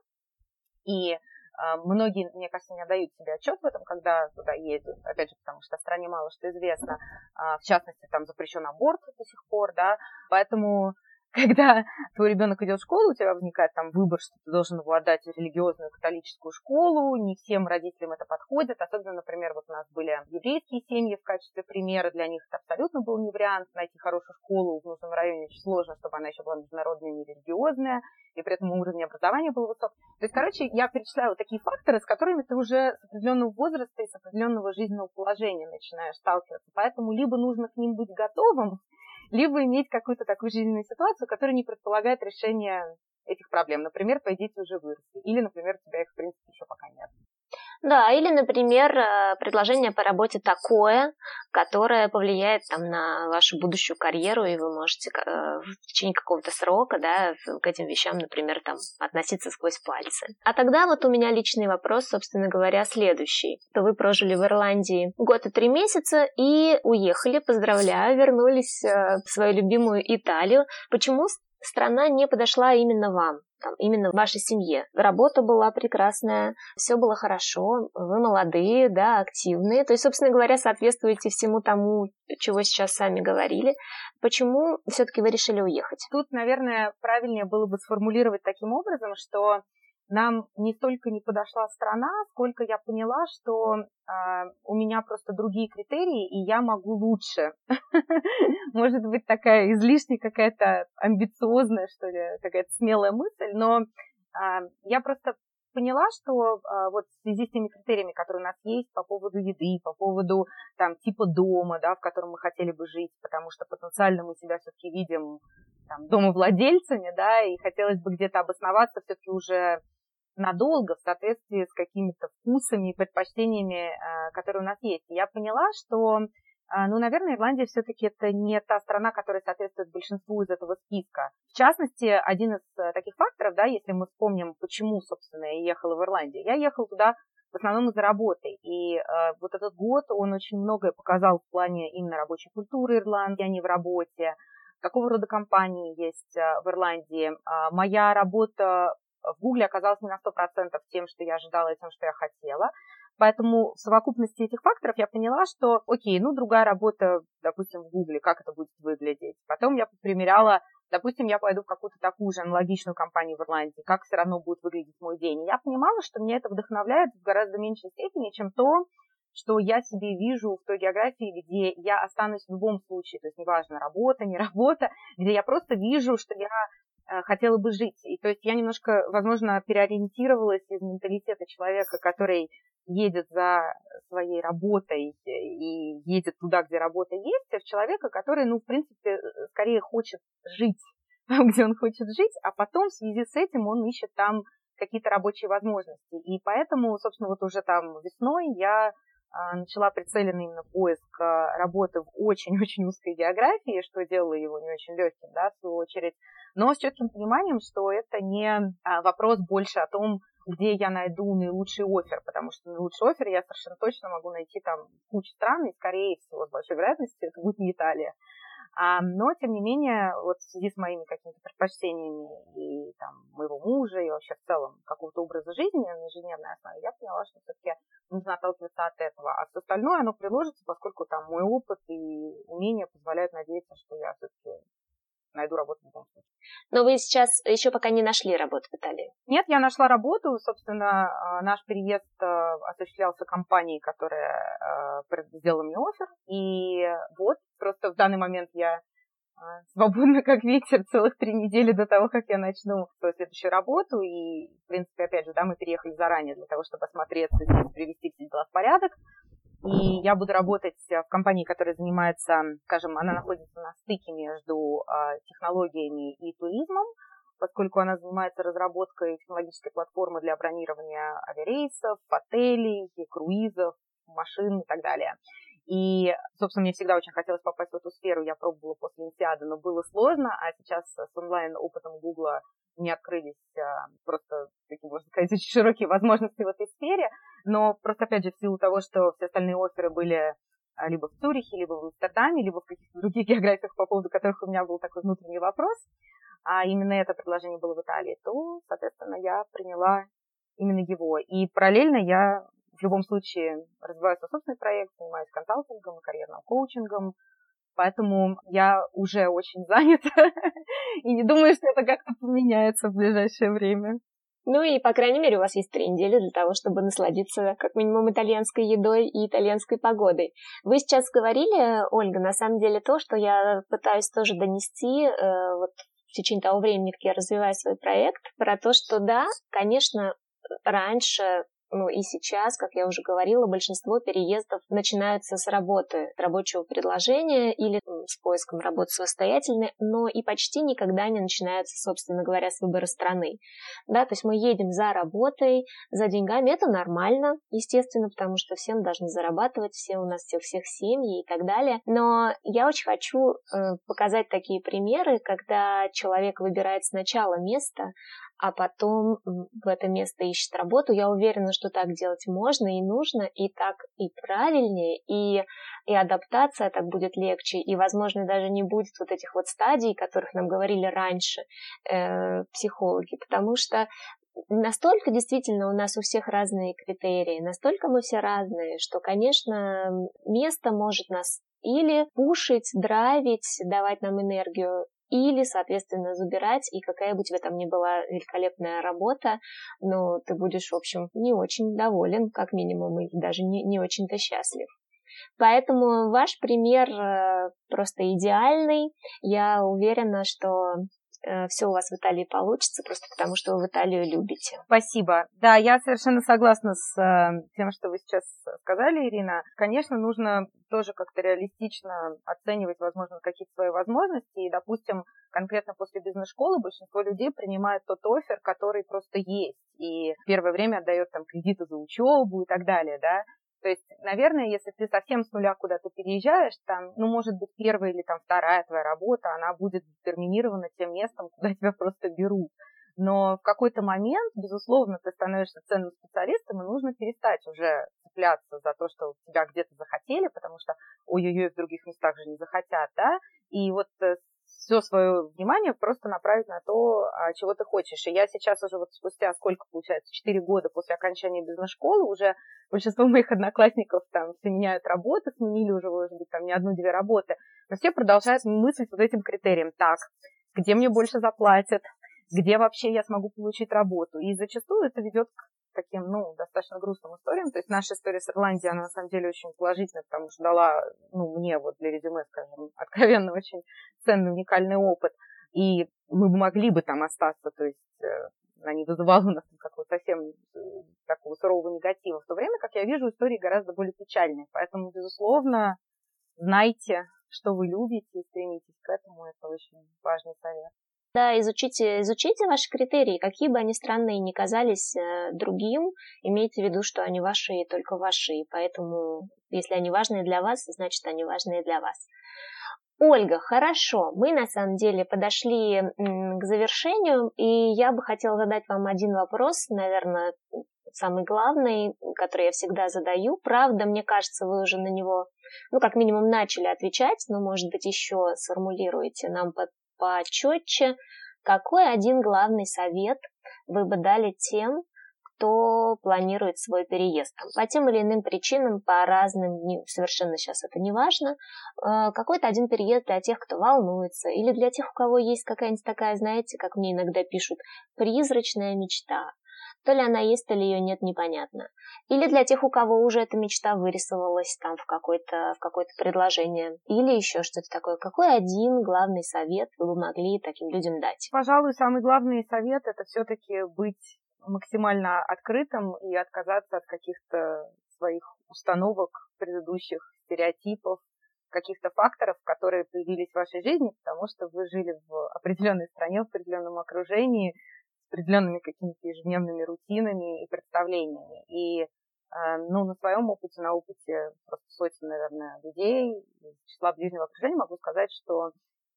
И многие, мне кажется, не отдают себе отчет в этом, когда туда едут, опять же, потому что в стране мало что известно, в частности, там запрещен аборт до сих пор, да, поэтому, когда твой ребенок идет в школу, у тебя возникает там выбор, что ты должен его отдать в религиозную католическую школу, не всем родителям это подходит, особенно, например, вот у нас были еврейские семьи в качестве примера, для них это абсолютно был не вариант, найти хорошую школу в нужном районе очень сложно, чтобы она еще была международная, не религиозная, и при этом уровень образования был высок. То есть, короче, я перечисляю вот такие факторы, с которыми ты уже с определенного возраста и с определенного жизненного положения начинаешь сталкиваться. Поэтому либо нужно к ним быть готовым, либо иметь какую-то такую жизненную ситуацию, которая не предполагает решение этих проблем. Например, твои дети уже выросли. Или, например, у тебя их, в принципе, еще пока нет. Да, или, например, предложение по работе такое, которое повлияет там на вашу будущую карьеру, и вы можете в течение какого-то срока, да, к этим вещам, например, там, относиться сквозь пальцы. А тогда вот у меня личный вопрос, собственно говоря, следующий. То вы прожили в Ирландии год и три месяца и уехали, поздравляю, вернулись в свою любимую Италию. Почему страна не подошла именно вам? Там, именно в вашей семье. Работа была прекрасная, все было хорошо, вы молодые, да, активные. То есть, собственно говоря, соответствуете всему тому, чего сейчас сами говорили. Почему все-таки вы решили уехать? Тут, наверное, правильнее было бы сформулировать таким образом, что нам не столько не подошла страна, сколько я поняла, что э, у меня просто другие критерии, и я могу лучше. Может быть, такая излишне какая-то амбициозная, что ли, какая-то смелая мысль, но э, я просто поняла, что э, вот в связи с теми критериями, которые у нас есть по поводу еды, по поводу там типа дома, да, в котором мы хотели бы жить, потому что потенциально мы себя все-таки видим там, домовладельцами, да, и хотелось бы где-то обосноваться все-таки уже надолго в соответствии с какими-то вкусами и предпочтениями, которые у нас есть. И я поняла, что, ну, наверное, Ирландия все-таки это не та страна, которая соответствует большинству из этого списка. В частности, один из таких факторов, да, если мы вспомним, почему, собственно, я ехала в Ирландию. Я ехала туда в основном из-за работы. И э, вот этот год, он очень многое показал в плане именно рабочей культуры Ирландии, а не в работе. Какого рода компании есть э, в Ирландии. Э, моя работа в Гугле оказалась не на сто процентов тем, что я ожидала, и тем, что я хотела. Поэтому в совокупности этих факторов я поняла, что, окей, ну, другая работа, допустим, в Гугле, как это будет выглядеть. Потом я примеряла, допустим, я пойду в какую-то такую же аналогичную компанию в Ирландии, как все равно будет выглядеть мой день. И я понимала, что мне это вдохновляет в гораздо меньшей степени, чем то, что я себе вижу в той географии, где я останусь в любом случае, то есть неважно, работа, не работа, где я просто вижу, что я хотела бы жить. И то есть я немножко, возможно, переориентировалась из менталитета человека, который едет за своей работой и едет туда, где работа есть, в человека, который, ну, в принципе, скорее хочет жить там, где он хочет жить, а потом в связи с этим он ищет там какие-то рабочие возможности. И поэтому, собственно, вот уже там весной я начала прицеленный именно поиск работы в очень-очень узкой географии, что делало его не очень легким, да, в свою очередь, но с четким пониманием, что это не вопрос больше о том, где я найду наилучший оффер, потому что наилучший оффер я совершенно точно могу найти там в куче стран, и, скорее всего, с большой вероятностью это будет не Италия. А, но, тем не менее, вот в связи с моими какими-то предпочтениями и там, моего мужа, и вообще в целом какого-то образа жизни на ежедневной основе, я поняла, что все-таки нужно отталкиваться от этого. А все остальное, оно приложится, поскольку там мой опыт и умения позволяют надеяться, что я все-таки найду работу в любом случае. Но вы сейчас еще пока не нашли работу в Италии? Нет, я нашла работу. Собственно, наш переезд осуществлялся компанией, которая сделала мне оффер. И вот, просто в данный момент я свободна как ветер целых три недели до того, как я начну свою следующую работу. И, в принципе, опять же, да, мы переехали заранее для того, чтобы осмотреться здесь, привести все дела в порядок. И я буду работать в компании, которая занимается, скажем, она находится на стыке между э, технологиями и туризмом, поскольку она занимается разработкой технологической платформы для бронирования авиарейсов, отелей, круизов, машин и так далее. И, собственно, мне всегда очень хотелось попасть в эту сферу. Я пробовала после Олимпиады, но было сложно, а сейчас с онлайн-опытом Гугла мне открылись а, просто, такие, можно сказать, очень широкие возможности в этой сфере. Но просто, опять же, в силу того, что все остальные офферы были либо в Цюрихе, либо в Амстердаме, либо в каких-то других географиях, по поводу которых у меня был такой внутренний вопрос, а именно это предложение было в Италии, то, соответственно, я приняла именно его. И параллельно я в любом случае развиваю свой собственный проект, занимаюсь консалтингом и карьерным коучингом, поэтому я уже очень занята и не думаю, что это как-то поменяется в ближайшее время. Ну и, по крайней мере, у вас есть три недели для того, чтобы насладиться как минимум итальянской едой и итальянской погодой. Вы сейчас говорили, Ольга, на самом деле то, что я пытаюсь тоже донести э, вот в течение того времени, как я развиваю свой проект, про то, что да, конечно, раньше, ну и сейчас, как я уже говорила, большинство переездов начинаются с работы, с рабочего предложения или с поиском работы самостоятельной, но и почти никогда не начинаются, собственно говоря, с выбора страны. Да, то есть мы едем за работой, за деньгами, это нормально, естественно, потому что все мы должны зарабатывать, все у нас всех всех семьи и так далее. Но я очень хочу э, показать такие примеры, когда человек выбирает сначала место, а потом в это место ищет работу. Я уверена, что так делать можно и нужно, и так и правильнее, и, и адаптация так будет легче, и, возможно, даже не будет вот этих вот стадий, о которых нам говорили раньше э, психологи, потому что настолько действительно у нас у всех разные критерии, настолько мы все разные, что, конечно, место может нас или пушить, драйвить, давать нам энергию, или, соответственно, забирать, и какая бы у тебя там ни была великолепная работа, но ты будешь, в общем, не очень доволен, как минимум, и даже не, не очень-то счастлив. Поэтому ваш пример просто идеальный. Я уверена, что все у вас в Италии получится, просто потому что вы в Италию любите. Спасибо. Да, я совершенно согласна с тем, что вы сейчас сказали, Ирина. Конечно, нужно тоже как-то реалистично оценивать, возможно, какие-то свои возможности. И, допустим, конкретно после бизнес-школы большинство людей принимает тот оффер, который просто есть. И первое время отдает там кредиты за учебу и так далее, да. То есть, наверное, если ты совсем с нуля куда-то переезжаешь, там, ну, может быть, первая или там вторая твоя работа, она будет детерминирована тем местом, куда тебя просто берут. Но в какой-то момент, безусловно, ты становишься ценным специалистом, и нужно перестать уже цепляться за то, что тебя где-то захотели, потому что ой-ой-ой, в других местах же не захотят, да, и вот все свое внимание просто направить на то, чего ты хочешь. И я сейчас уже вот спустя, сколько получается, четыре года после окончания бизнес-школы, уже большинство моих одноклассников там все меняют работы, сменили уже, может быть, там не одну-две работы, но все продолжают мыслить вот этим критерием. Так, где мне больше заплатят, где вообще я смогу получить работу. И зачастую это ведет к таким, ну, достаточно грустным историям. То есть наша история с Ирландией, она на самом деле очень положительная, потому что дала, ну, мне вот для резюме, скажем, откровенно очень ценный, уникальный опыт. И мы могли бы там остаться, то есть она не вызывала у нас какого-то совсем такого сурового негатива. В то время, как я вижу, истории гораздо более печальные. Поэтому, безусловно, знайте, что вы любите, и стремитесь к этому. Это очень важный совет. Да, изучите, изучите ваши критерии, какие бы они странные ни казались э, другим, имейте в виду, что они ваши и только ваши, поэтому если они важные для вас, значит они важные для вас. Ольга, хорошо, мы на самом деле подошли м, к завершению, и я бы хотела задать вам один вопрос, наверное, самый главный, который я всегда задаю. Правда, мне кажется, вы уже на него, ну, как минимум, начали отвечать, но, может быть, еще сформулируете нам по почетче, какой один главный совет вы бы дали тем, кто планирует свой переезд. По тем или иным причинам, по разным, совершенно сейчас это не важно, какой-то один переезд для тех, кто волнуется, или для тех, у кого есть какая-нибудь такая, знаете, как мне иногда пишут, призрачная мечта. То ли она есть, то ли ее нет, непонятно. Или для тех, у кого уже эта мечта вырисовалась там в какое-то, в какое-то предложение. Или еще что-то такое. Какой один главный совет вы бы могли таким людям дать? Пожалуй, самый главный совет – это все-таки быть максимально открытым и отказаться от каких-то своих установок, предыдущих стереотипов, каких-то факторов, которые появились в вашей жизни, потому что вы жили в определенной стране, в определенном окружении, с определенными какими-то ежедневными рутинами и представлениями. И ну, на своем опыте, на опыте просто сотен, наверное, людей из числа ближнего окружения могу сказать, что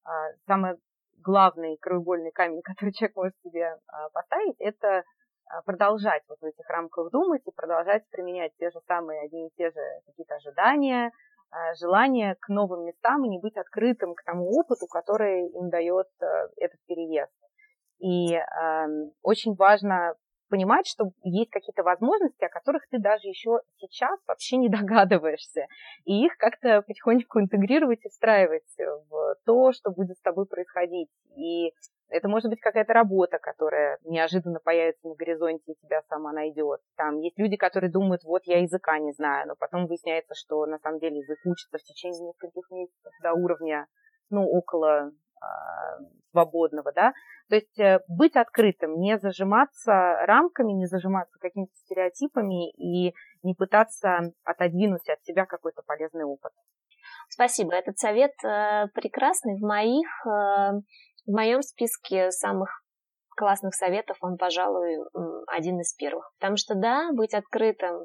самый главный краеугольный камень, который человек может себе поставить, это продолжать вот в этих рамках думать и продолжать применять те же самые, одни и те же какие-то ожидания, желание к новым местам и не быть открытым к тому опыту, который им дает этот переезд. И э, очень важно понимать, что есть какие-то возможности, о которых ты даже еще сейчас вообще не догадываешься, и их как-то потихоньку интегрировать и встраивать в то, что будет с тобой происходить. И это может быть какая-то работа, которая неожиданно появится на горизонте и тебя сама найдет. Там есть люди, которые думают, вот я языка не знаю, но потом выясняется, что на самом деле язык учится в течение нескольких месяцев до уровня, ну, около э, свободного, да. То есть э, быть открытым, не зажиматься рамками, не зажиматься какими-то стереотипами и не пытаться отодвинуть от себя какой-то полезный опыт. Спасибо. Этот совет э, прекрасный. В моих... Э... В моем списке самых классных советов он, пожалуй, один из первых. Потому что, да, быть открытым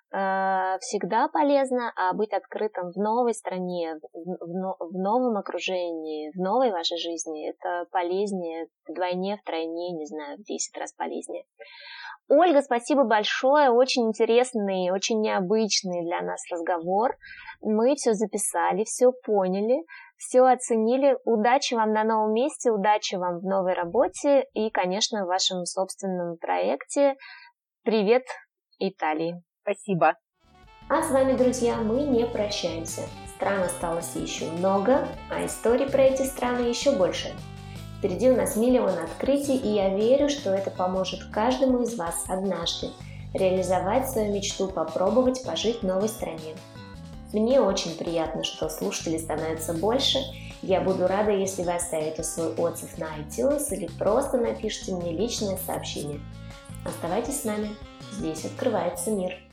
э, всегда полезно, а быть открытым в новой стране, в, в, в новом окружении, в новой вашей жизни, это полезнее вдвойне, втройне, не знаю, в десять раз полезнее. Ольга, спасибо большое, очень интересный, очень необычный для нас разговор. Мы все записали, все поняли, все оценили. Удачи вам на новом месте, удачи вам в новой работе и, конечно, в вашем собственном проекте. Привет, Италии. Спасибо. А с вами, друзья, мы не прощаемся. Стран осталось еще много, а историй про эти страны еще больше. Впереди у нас миллион открытий, и я верю, что это поможет каждому из вас однажды реализовать свою мечту, попробовать пожить в новой стране. Мне очень приятно, что слушателей становится больше. Я буду рада, если вы оставите свой отзыв на iTunes или просто напишите мне личное сообщение. Оставайтесь с нами, здесь открывается мир.